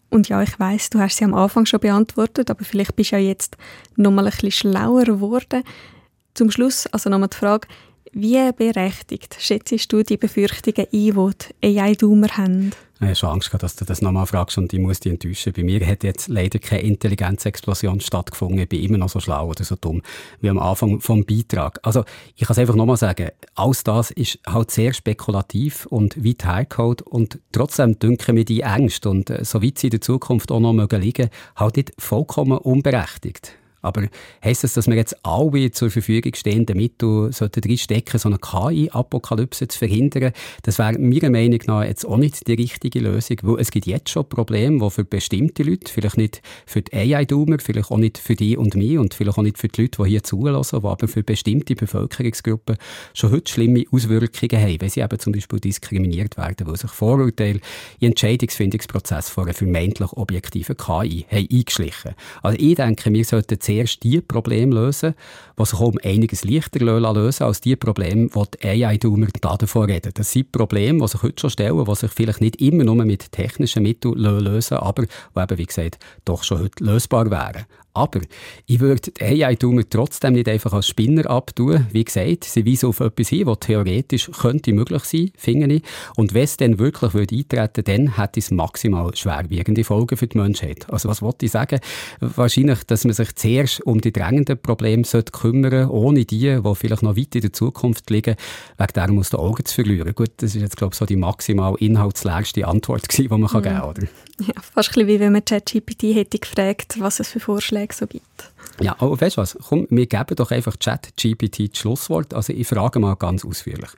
Und ja, ich weiss, du hast sie am Anfang schon beantwortet, aber vielleicht bist du ja jetzt noch mal ein bisschen schlauer geworden. Zum Schluss also nochmal die Frage, wie berechtigt schätzt du die Befürchtungen ein, die die A I-Doomer haben? Ich habe schon Angst gehabt, dass du das nochmal fragst und ich muss dich enttäuschen. Bei mir hat jetzt leider keine Intelligenzexplosion stattgefunden. Ich bin immer noch so schlau oder so dumm wie am Anfang vom Beitrag. Also ich kann es einfach nochmal sagen, alles das ist halt sehr spekulativ und weit hergeholt und trotzdem dünken mir die Ängste und äh, soweit sie in der Zukunft auch noch mögen liegen, halt nicht vollkommen unberechtigt. Aber heisst das, dass wir jetzt alle zur Verfügung stehenden Mittel sollten reinstecken, so eine K I-Apokalypse zu verhindern? Das wäre meiner Meinung nach jetzt auch nicht die richtige Lösung, weil es gibt jetzt schon Probleme, die für bestimmte Leute, vielleicht nicht für die A I-Doomer, vielleicht auch nicht für die und mich und vielleicht auch nicht für die Leute, die hier zuhören, die aber für bestimmte Bevölkerungsgruppen schon heute schlimme Auswirkungen haben, wenn sie eben zum Beispiel diskriminiert werden, weil sich Vorurteile in Entscheidungsfindungsprozess von einer vermeintlich objektiven K I haben eingeschlichen. Also ich denke, wir sollten zuerst die Probleme lösen, die sich um einiges leichter lösen als die Probleme, die die A I-Doomer davon reden. Das sind Probleme, die sich heute schon stellen, die sich vielleicht nicht immer nur mit technischen Mitteln lösen, aber die eben, wie gesagt, doch schon heute lösbar wären. Aber ich würde die A I-Doomer trotzdem nicht einfach als Spinner abtun. Wie gesagt, sie weisen auf etwas hin, was theoretisch könnte möglich sein, finde ich. Und wenn es dann wirklich würde eintreten, dann hätte es maximal schwerwiegende Folgen für die Menschheit. Also was wollte ich sagen? Wahrscheinlich, dass man sich zuerst um die drängenden Probleme kümmern sollte, ohne die, die vielleicht noch weit in der Zukunft liegen, wegen deren aus den Augen zu verlieren. Gut, das ist jetzt, glaube ich, so die maximal inhaltsleerste Antwort gewesen, die man mhm. geben kann, oder? Ja, fast ein bisschen wie wenn man ChatGPT hätte gefragt, was es für Vorschläge so gibt. Ja, aber weißt du was? Komm, wir geben doch einfach ChatGPT das Schlusswort. Also ich frage mal ganz ausführlich.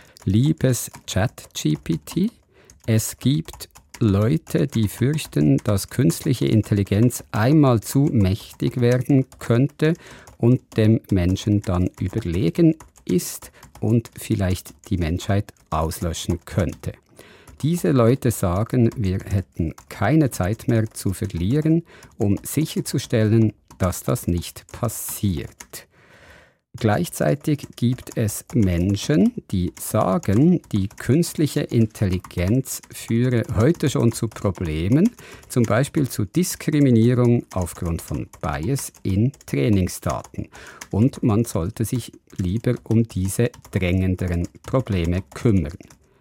Liebes ChatGPT, es gibt Leute, die fürchten, dass künstliche Intelligenz einmal zu mächtig werden könnte und dem Menschen dann überlegen ist und vielleicht die Menschheit auslöschen könnte. Diese Leute sagen, wir hätten keine Zeit mehr zu verlieren, um sicherzustellen, dass das nicht passiert. Gleichzeitig gibt es Menschen, die sagen, die künstliche Intelligenz führe heute schon zu Problemen, zum Beispiel zu Diskriminierung aufgrund von Bias in Trainingsdaten. Und man sollte sich lieber um diese drängenderen Probleme kümmern.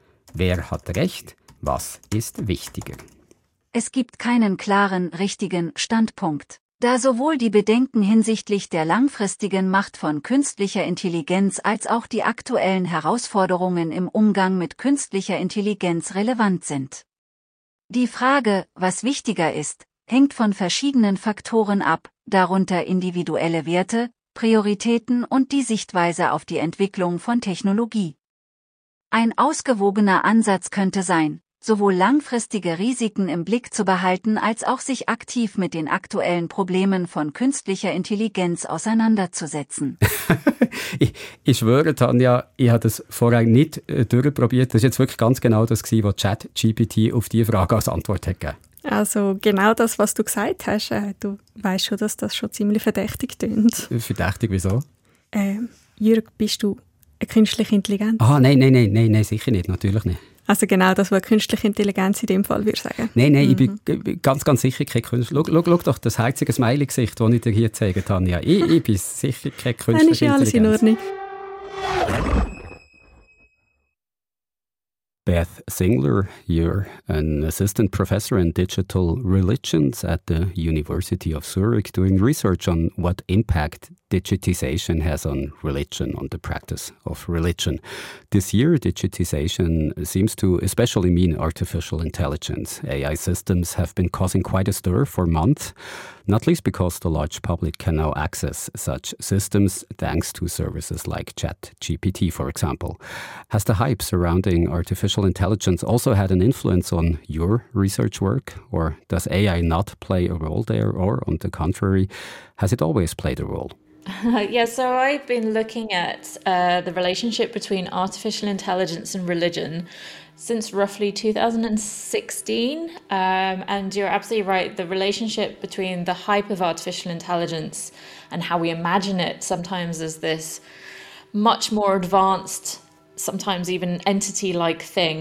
Wer hat recht? Was ist wichtiger? Es gibt keinen klaren, richtigen Standpunkt. Da sowohl die Bedenken hinsichtlich der langfristigen Macht von künstlicher Intelligenz als auch die aktuellen Herausforderungen im Umgang mit künstlicher Intelligenz relevant sind. Die Frage, was wichtiger ist, hängt von verschiedenen Faktoren ab, darunter individuelle Werte, Prioritäten und die Sichtweise auf die Entwicklung von Technologie. Ein ausgewogener Ansatz könnte sein, sowohl langfristige Risiken im Blick zu behalten, als auch sich aktiv mit den aktuellen Problemen von künstlicher Intelligenz auseinanderzusetzen. ich, ich schwöre, Tanja, ich habe das vorher nicht äh, durchprobiert. Das war jetzt wirklich ganz genau das, was ChatGPT auf diese Frage als Antwort hat gegeben. Also genau das, was du gesagt hast. Äh, du weißt schon, dass das schon ziemlich verdächtig klingt. Verdächtig, wieso? Äh, Jürg, bist du eine künstliche Intelligenz? Ah, nein, nein, nein, nein, nein, sicher nicht, natürlich nicht. Also genau das, was künstliche Intelligenz in dem Fall würde sagen. Nein, nein, mhm. ich bin ganz, ganz sicher kein Künstler. Schau, schau, schau doch das herzige Smiley-Gesicht, das ich dir hier zeige, Tanja. Ich, ich bin sicher kein künstliche Dann ist ja alles in Ordnung. Beth Singler, you're an assistant professor in digital religions at the University of Zurich, doing research on what impact digitization has on religion, on the practice of religion. This year, digitization seems to especially mean artificial intelligence. A I systems have been causing quite a stir for months, not least because the large public can now access such systems thanks to services like ChatGPT, for example. Has the hype surrounding artificial intelligence also had an influence on your research work? Or does A I not play a role there? Or, on the contrary, has it always played a role? Uh, yeah, so I've been looking at uh, the relationship between artificial intelligence and religion since roughly two thousand sixteen. Um, and you're absolutely right, the relationship between the hype of artificial intelligence and how we imagine it sometimes as this much more advanced, sometimes even entity-like thing,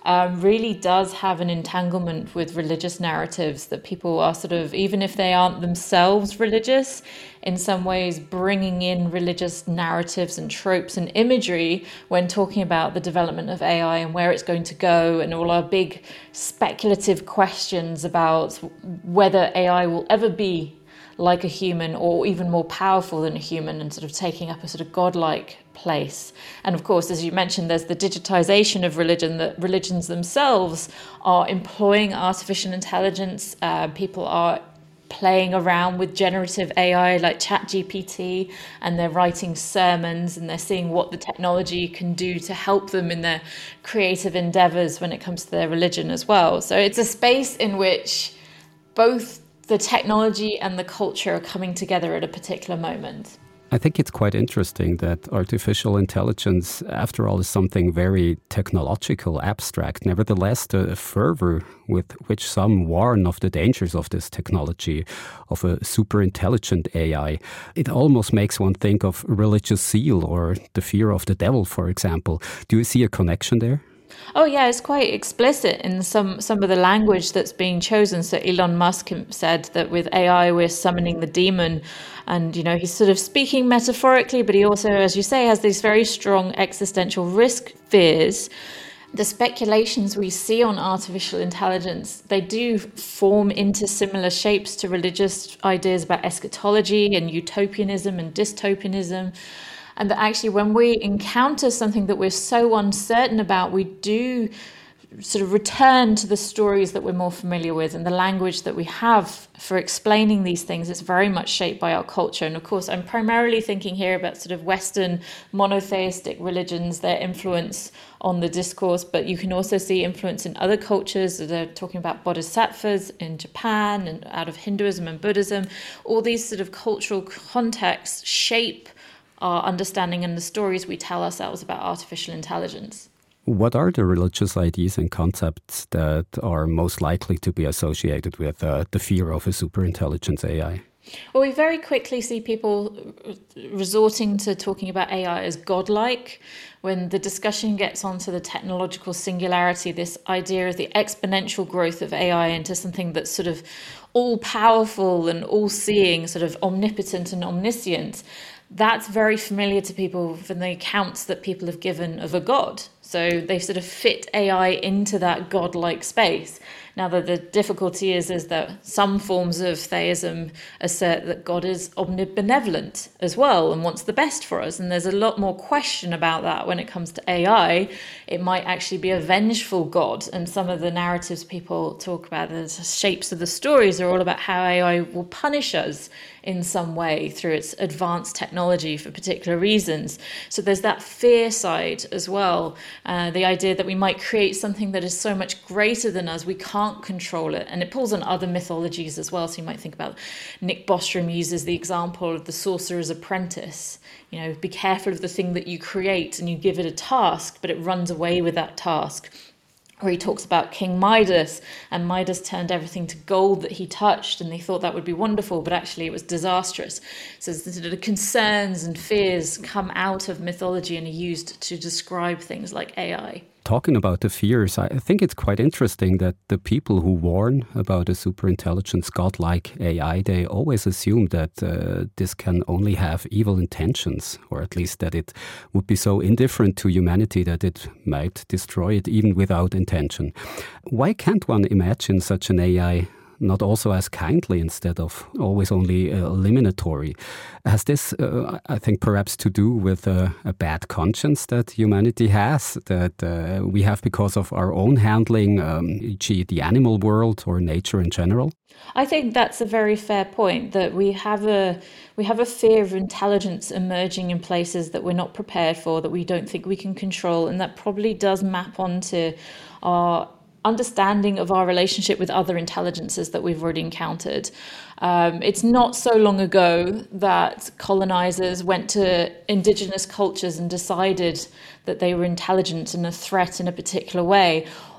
um, really does have an entanglement with religious narratives, that people are sort of, even if they aren't themselves religious, in some ways bringing in religious narratives and tropes and imagery when talking about the development of A I and where it's going to go, and all our big speculative questions about whether A I will ever be like a human or even more powerful than a human, and sort of taking up a sort of godlike place. And of course, as you mentioned, there's the digitization of religion, that religions themselves are employing artificial intelligence. Uh, people are playing around with generative A I like ChatGPT, and they're writing sermons, and they're seeing what the technology can do to help them in their creative endeavors when it comes to their religion as well. So it's a space in which both the technology and the culture are coming together at a particular moment. I think it's quite interesting that artificial intelligence, after all, is something very technological, abstract. Nevertheless, the fervor with which some warn of the dangers of this technology, of a super intelligent A I, it almost makes one think of religious zeal or the fear of the devil, for example. Do you see a connection there? Oh yeah, it's quite explicit in some, some of the language that's being chosen. So Elon Musk said that with A I we're summoning the demon, and you know he's sort of speaking metaphorically, but he also, as you say, has these very strong existential risk fears. The speculations we see on artificial intelligence, they do form into similar shapes to religious ideas about eschatology and utopianism and dystopianism. And that actually when we encounter something that we're so uncertain about, we do sort of return to the stories that we're more familiar with, and the language that we have for explaining these things is very much shaped by our culture. And of course, I'm primarily thinking here about sort of Western monotheistic religions, their influence on the discourse, but you can also see influence in other cultures. They're talking about bodhisattvas in Japan and out of Hinduism and Buddhism. All these sort of cultural contexts shape our understanding and the stories we tell ourselves about artificial intelligence. What are the religious ideas and concepts that are most likely to be associated with uh, the fear of a superintelligent A I? Well, we very quickly see people resorting to talking about A I as godlike. When the discussion gets onto the technological singularity, this idea of the exponential growth of A I into something that's sort of all-powerful and all-seeing, sort of omnipotent and omniscient, that's very familiar to people from the accounts that people have given of a god. So they sort of fit A I into that godlike space. Now, the, the difficulty is, is that some forms of theism assert that God is omnibenevolent as well and wants the best for us. And there's a lot more question about that when it comes to A I. It might actually be a vengeful God. And some of the narratives people talk about, the shapes of the stories, are all about how A I will punish us in some way through its advanced technology for particular reasons. So there's that fear side as well. Uh, the idea that we might create something that is so much greater than us, we can't control it. And it pulls on other mythologies as well. So you might think about Nick Bostrom uses the example of the Sorcerer's Apprentice. You know, be careful of the thing that you create, and you give it a task, but it runs away with that task. Where he talks about King Midas, and Midas turned everything to gold that he touched, and they thought that would be wonderful, but actually it was disastrous. So the concerns and fears come out of mythology and are used to describe things like A I. Talking about the fears, I think it's quite interesting that the people who warn about a superintelligence, godlike A I, they always assume that uh, this can only have evil intentions, or at least that it would be so indifferent to humanity that it might destroy it even without intention. Why can't one imagine such an A I not also as kindly instead of always only uh, eliminatory? Has this, uh, I think, perhaps to do with uh, a bad conscience that humanity has, that uh, we have because of our own handling, um, for example the animal world or nature in general? I think that's a very fair point, that we have a we have a fear of intelligence emerging in places that we're not prepared for, that we don't think we can control, and that probably does map onto our understanding of our relationship with other intelligences that we've already encountered. Um, it's not so long ago that colonizers went to indigenous cultures and decided that they were intelligent and a threat in a particular way.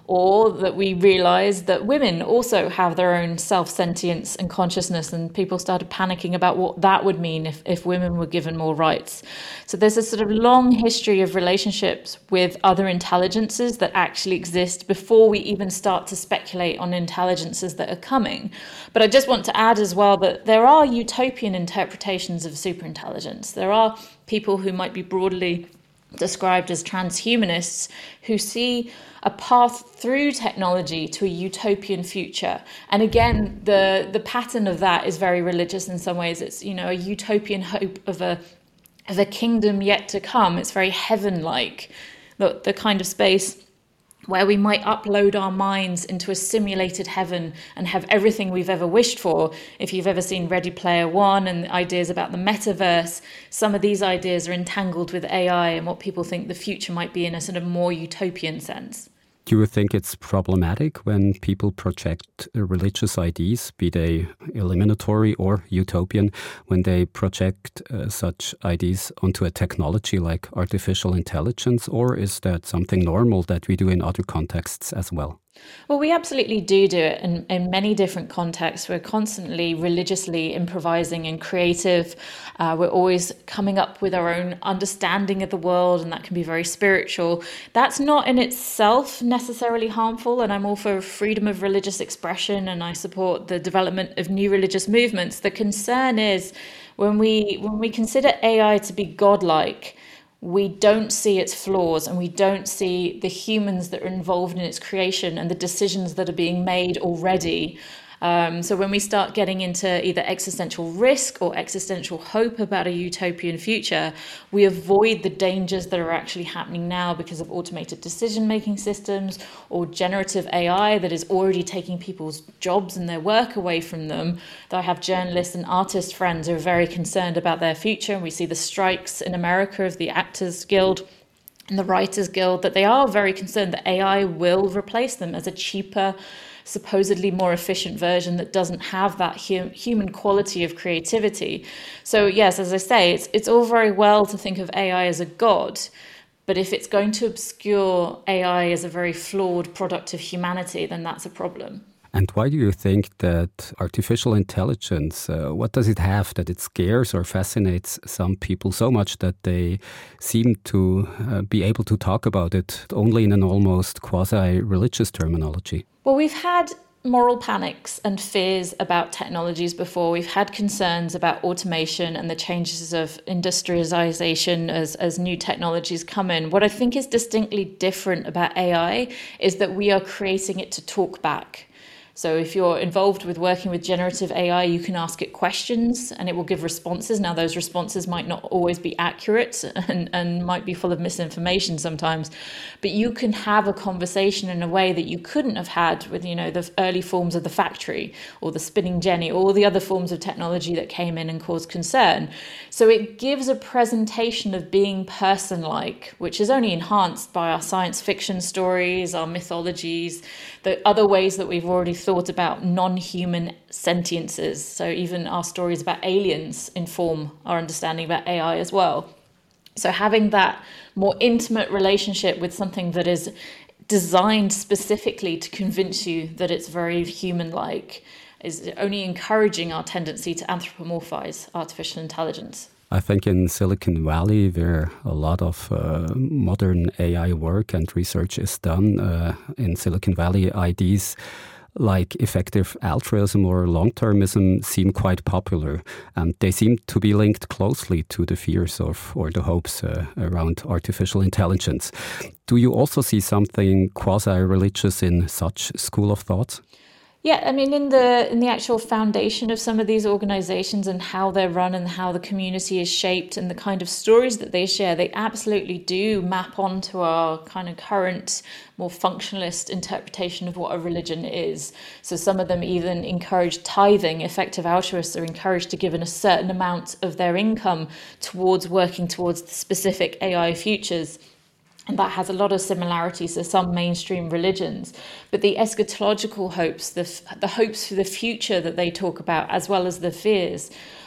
or that we realized that women also have their own self-sentience and consciousness, and people started panicking about what that would mean if, if women were given more rights. So there's a sort of long history of relationships with other intelligences that actually exist before we even start to speculate on intelligences that are coming. But I just want to add as well that there are utopian interpretations of superintelligence. There are people who might be broadly described as transhumanists who see a path through technology to a utopian future. And again, the, the pattern of that is very religious in some ways. It's, you know, a utopian hope of a of a kingdom yet to come. It's very heaven-like, the, the kind of space where we might upload our minds into a simulated heaven and have everything we've ever wished for. If you've ever seen Ready Player One and ideas about the metaverse, some of these ideas are entangled with A I and what people think the future might be in a sort of more utopian sense. Do you think it's problematic when people project religious ideas, be they eliminatory or utopian, when they project uh, such ideas onto a technology like artificial intelligence, or is that something normal that we do in other contexts as well? Well, we absolutely do do it in, in many different contexts. We're constantly religiously improvising and creative. Uh, we're always coming up with our own understanding of the world, and that can be very spiritual. That's not in itself necessarily harmful, and I'm all for freedom of religious expression, and I support the development of new religious movements. The concern is when we when we consider A I to be godlike, we don't see its flaws, and we don't see the humans that are involved in its creation and the decisions that are being made already. Um, so when we start getting into either existential risk or existential hope about a utopian future, we avoid the dangers that are actually happening now because of automated decision-making systems or generative A I that is already taking people's jobs and their work away from them. I have journalists and artist friends who are very concerned about their future. We see the strikes in America of the Actors Guild and the Writers Guild, that they are very concerned that A I will replace them as a cheaper, supposedly more efficient version that doesn't have that hum- human quality of creativity. So yes, as I say, it's it's all very well to think of A I as a god, but if it's going to obscure A I as a very flawed product of humanity, then that's a problem. And why do you think that artificial intelligence, uh, what does it have that it scares or fascinates some people so much that they seem to uh, be able to talk about it only in an almost quasi-religious terminology? Well, we've had moral panics and fears about technologies before. We've had concerns about automation and the changes of industrialization as, as new technologies come in. What I think is distinctly different about A I is that we are creating it to talk back. So if you're involved with working with generative A I, you can ask it questions and it will give responses. Now, those responses might not always be accurate and, and might be full of misinformation sometimes, but you can have a conversation in a way that you couldn't have had with, you know, the early forms of the factory or the spinning jenny, or all the other forms of technology that came in and caused concern. So it gives a presentation of being person-like, which is only enhanced by our science fiction stories, our mythologies, the other ways that we've already thought about non-human sentiences. So even our stories about aliens inform our understanding about A I as well. So having that more intimate relationship with something that is designed specifically to convince you that it's very human-like is only encouraging our tendency to anthropomorphize artificial intelligence. I think in Silicon Valley, where a lot of uh, modern A I work and research is done, uh, in Silicon Valley, ideas like effective altruism or long-termism seem quite popular, and they seem to be linked closely to the fears of or the hopes uh, around artificial intelligence. Do you also see something quasi-religious in such school of thought? Yeah, I mean, in the in the actual foundation of some of these organizations and how they're run and how the community is shaped and the kind of stories that they share, they absolutely do map onto our kind of current, more functionalist interpretation of what a religion is. So some of them even encourage tithing. Effective altruists are encouraged to give in a certain amount of their income towards working towards the specific A I futures. And that has a lot of similarities to some mainstream religions. But the eschatological hopes, the, the hopes for the future that they talk about, as well as the fears,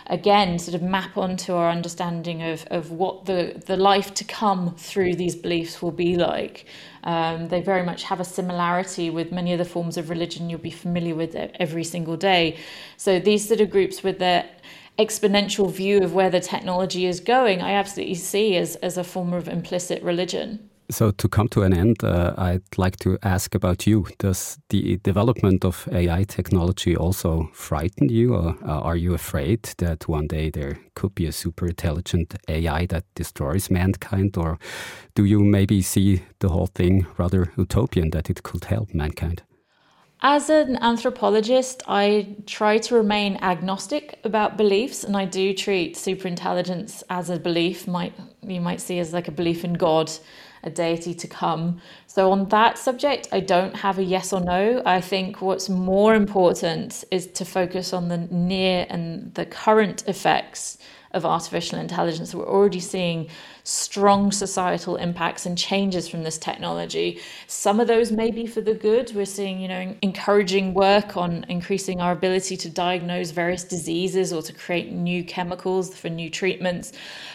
again, sort of map onto our understanding of, of what the, the life to come through these beliefs will be like. Um, they very much have a similarity with many of the forms of religion you'll be familiar with every single day. So these sort of groups with their exponential view of where the technology is going, I absolutely see as, as a form of implicit religion. So to come to an end, uh, I'd like to ask about you. Does the development of A I technology also frighten you, or uh, are you afraid that one day there could be a super intelligent A I that destroys mankind, or do you maybe see the whole thing rather utopian, that it could help mankind? As an anthropologist, I try to remain agnostic about beliefs, and I do treat superintelligence as a belief, might you might see as like a belief in God, a deity to come. So on that subject, I don't have a yes or no. I think what's more important is to focus on the near and the current effects of artificial intelligence. We're already seeing strong societal impacts and changes from this technology. Some of those may be for the good. We're seeing, you know, encouraging work on increasing our ability to diagnose various diseases or to create new chemicals for new treatments.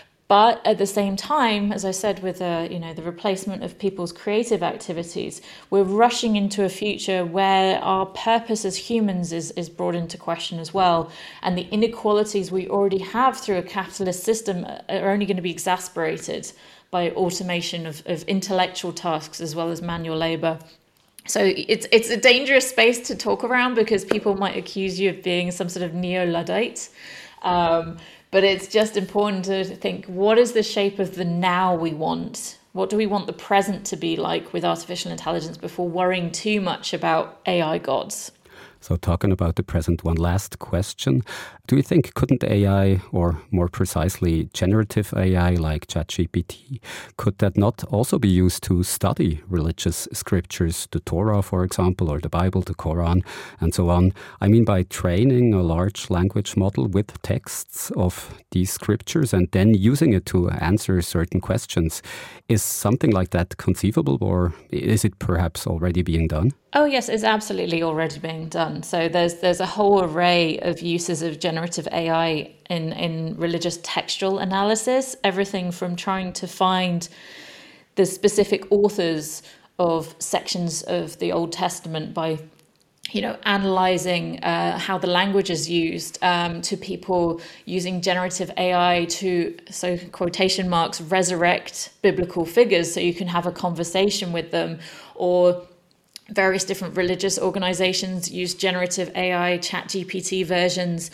But at the same time, as I said, with uh, you know the replacement of people's creative activities, we're rushing into a future where our purpose as humans is, is brought into question as well. And the inequalities we already have through a capitalist system are only going to be exacerbated by automation of, of intellectual tasks as well as manual labour. So it's it's a dangerous space to talk around because people might accuse you of being some sort of neo-Luddite. Um, But it's just important to think, what is the shape of the now we want? What do we want the present to be like with artificial intelligence before worrying too much about A I gods? So talking about the present, one last question. Do you think, couldn't A I, or more precisely generative A I like ChatGPT, could that not also be used to study religious scriptures, the Torah, for example, or the Bible, the Quran, and so on? I mean, by training a large language model with texts of these scriptures and then using it to answer certain questions. Is something like that conceivable, or is it perhaps already being done? Oh yes, it's absolutely already being done. So there's there's a whole array of uses of generative A I in, in religious textual analysis, everything from trying to find the specific authors of sections of the Old Testament by, you know, analyzing uh, how the language is used, um, to people using generative A I to, so quotation marks, resurrect biblical figures so you can have a conversation with them, or various different religious organizations use generative A I, ChatGPT versions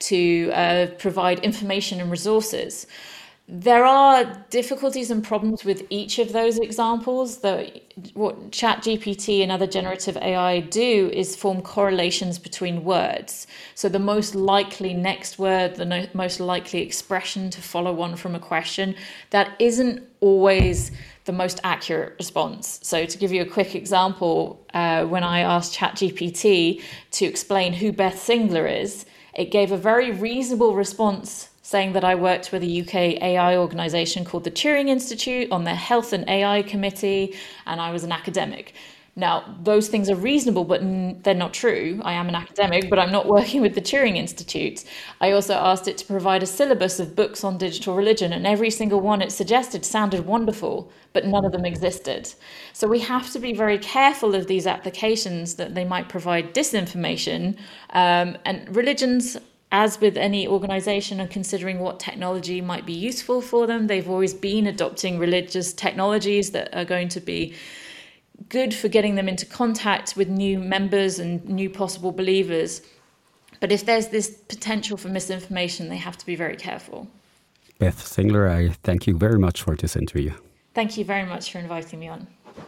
to uh, provide information and resources. There are difficulties and problems with each of those examples. The, what ChatGPT and other generative A I do is form correlations between words. So the most likely next word, the no, most likely expression to follow on from a question, that isn't always the most accurate response. So to give you a quick example, uh, when I asked ChatGPT to explain who Beth Singler is, it gave a very reasonable response saying that I worked with a U K A I organisation called the Turing Institute on their Health and A I Committee, and I was an academic. Now, those things are reasonable, but n- they're not true. I am an academic, but I'm not working with the Turing Institute. I also asked it to provide a syllabus of books on digital religion, and every single one it suggested sounded wonderful, but none of them existed. So we have to be very careful of these applications that they might provide disinformation, um, and religions, as with any organisation, are considering what technology might be useful for them. They've always been adopting religious technologies that are going to be good for getting them into contact with new members and new possible believers. But if there's this potential for misinformation, they have to be very careful. Beth Singler, I thank you very much for this interview. Thank you very much for inviting me on.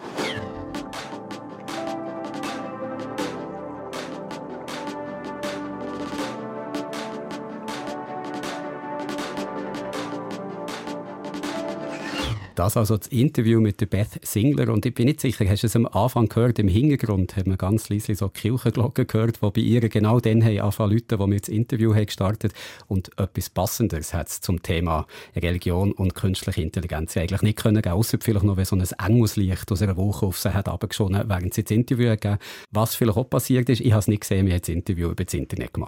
Das also das Interview mit der Beth Singler. Und ich bin nicht sicher, hast du es am Anfang gehört? Im Hintergrund hat man ganz leise so Kirchenglocken gehört, die bei ihr genau dann haben angefangen zu läuten, wo wir das Interview haben gestartet. Und etwas Passenderes hat es zum Thema Religion und künstliche Intelligenz eigentlich nicht können geben, ausser vielleicht noch, wenn so ein Engelslicht aus einer Woche auf sie hat runtergeschossen, während sie das Interview gegeben. Was vielleicht auch passiert ist, ich habe es nicht gesehen, wir haben das Interview über das Internet gemacht.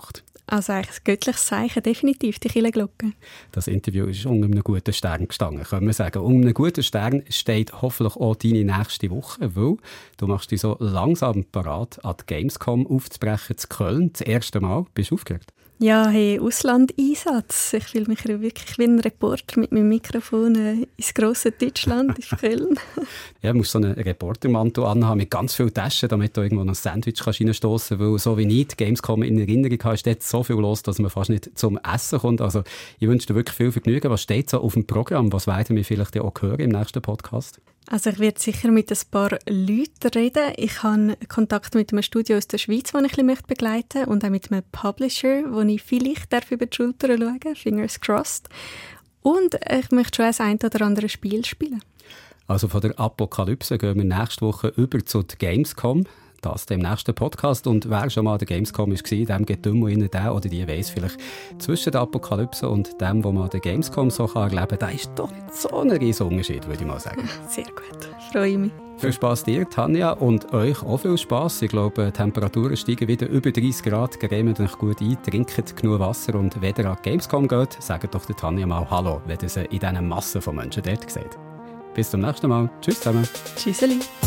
Also eigentlich ein göttliches Zeichen, definitiv, die Kirchenglocke. Das Interview ist unter einem guten Stern gestanden, können wir sagen. Unter einem guten Stern steht hoffentlich auch deine nächste Woche, weil du machst dich so langsam parat, an die Gamescom aufzubrechen zu Köln. Das erste Mal. Bist du aufgeregt? Ja, hey, Auslandeinsatz. Ich fühle mich wirklich wie ein Reporter mit meinem Mikrofon äh, ins grosse Deutschland, in Köln. Ja, du musst so einen Reportermantel anhaben mit ganz vielen Taschen, damit du irgendwo noch ein Sandwich reinstossen kannst, weil so wie ich die Gamescom in Erinnerung habe, ist dort so viel los, dass man fast nicht zum Essen kommt. Also ich wünsche dir wirklich viel Vergnügen. Was steht so auf dem Programm? Was werden wir vielleicht auch hören im nächsten Podcast? Also ich werde sicher mit ein paar Leuten reden. Ich habe Kontakt mit einem Studio aus der Schweiz, das ich ein bisschen begleiten möchte, und auch mit einem Publisher, wo ich vielleicht über die Schulter schauen darf, fingers crossed. Und ich möchte schon ein oder andere Spiel spielen. Also von der Apokalypse gehen wir nächste Woche über zu der Gamescom. Das im nächsten Podcast. Und wer schon mal der Gamescom war, dem geht dumm innen der oder die weiss vielleicht, zwischen der Apokalypse und dem, wo man der Gamescom so erleben kann, da ist doch nicht so ein riesiger Unterschied, würde ich mal sagen. Sehr gut, freue mich. Viel Spass dir, Tanja, und euch auch viel Spass. Ich glaube, die Temperaturen steigen wieder über dreißig Grad. Cremt euch gut ein, trinkt genug Wasser, und wenn ihr an die Gamescom geht, sagt doch der Tanja mal Hallo, wenn ihr sie in diesen Massen von Menschen dort seht. Bis zum nächsten Mal. Tschüss zusammen. Tschüsseli.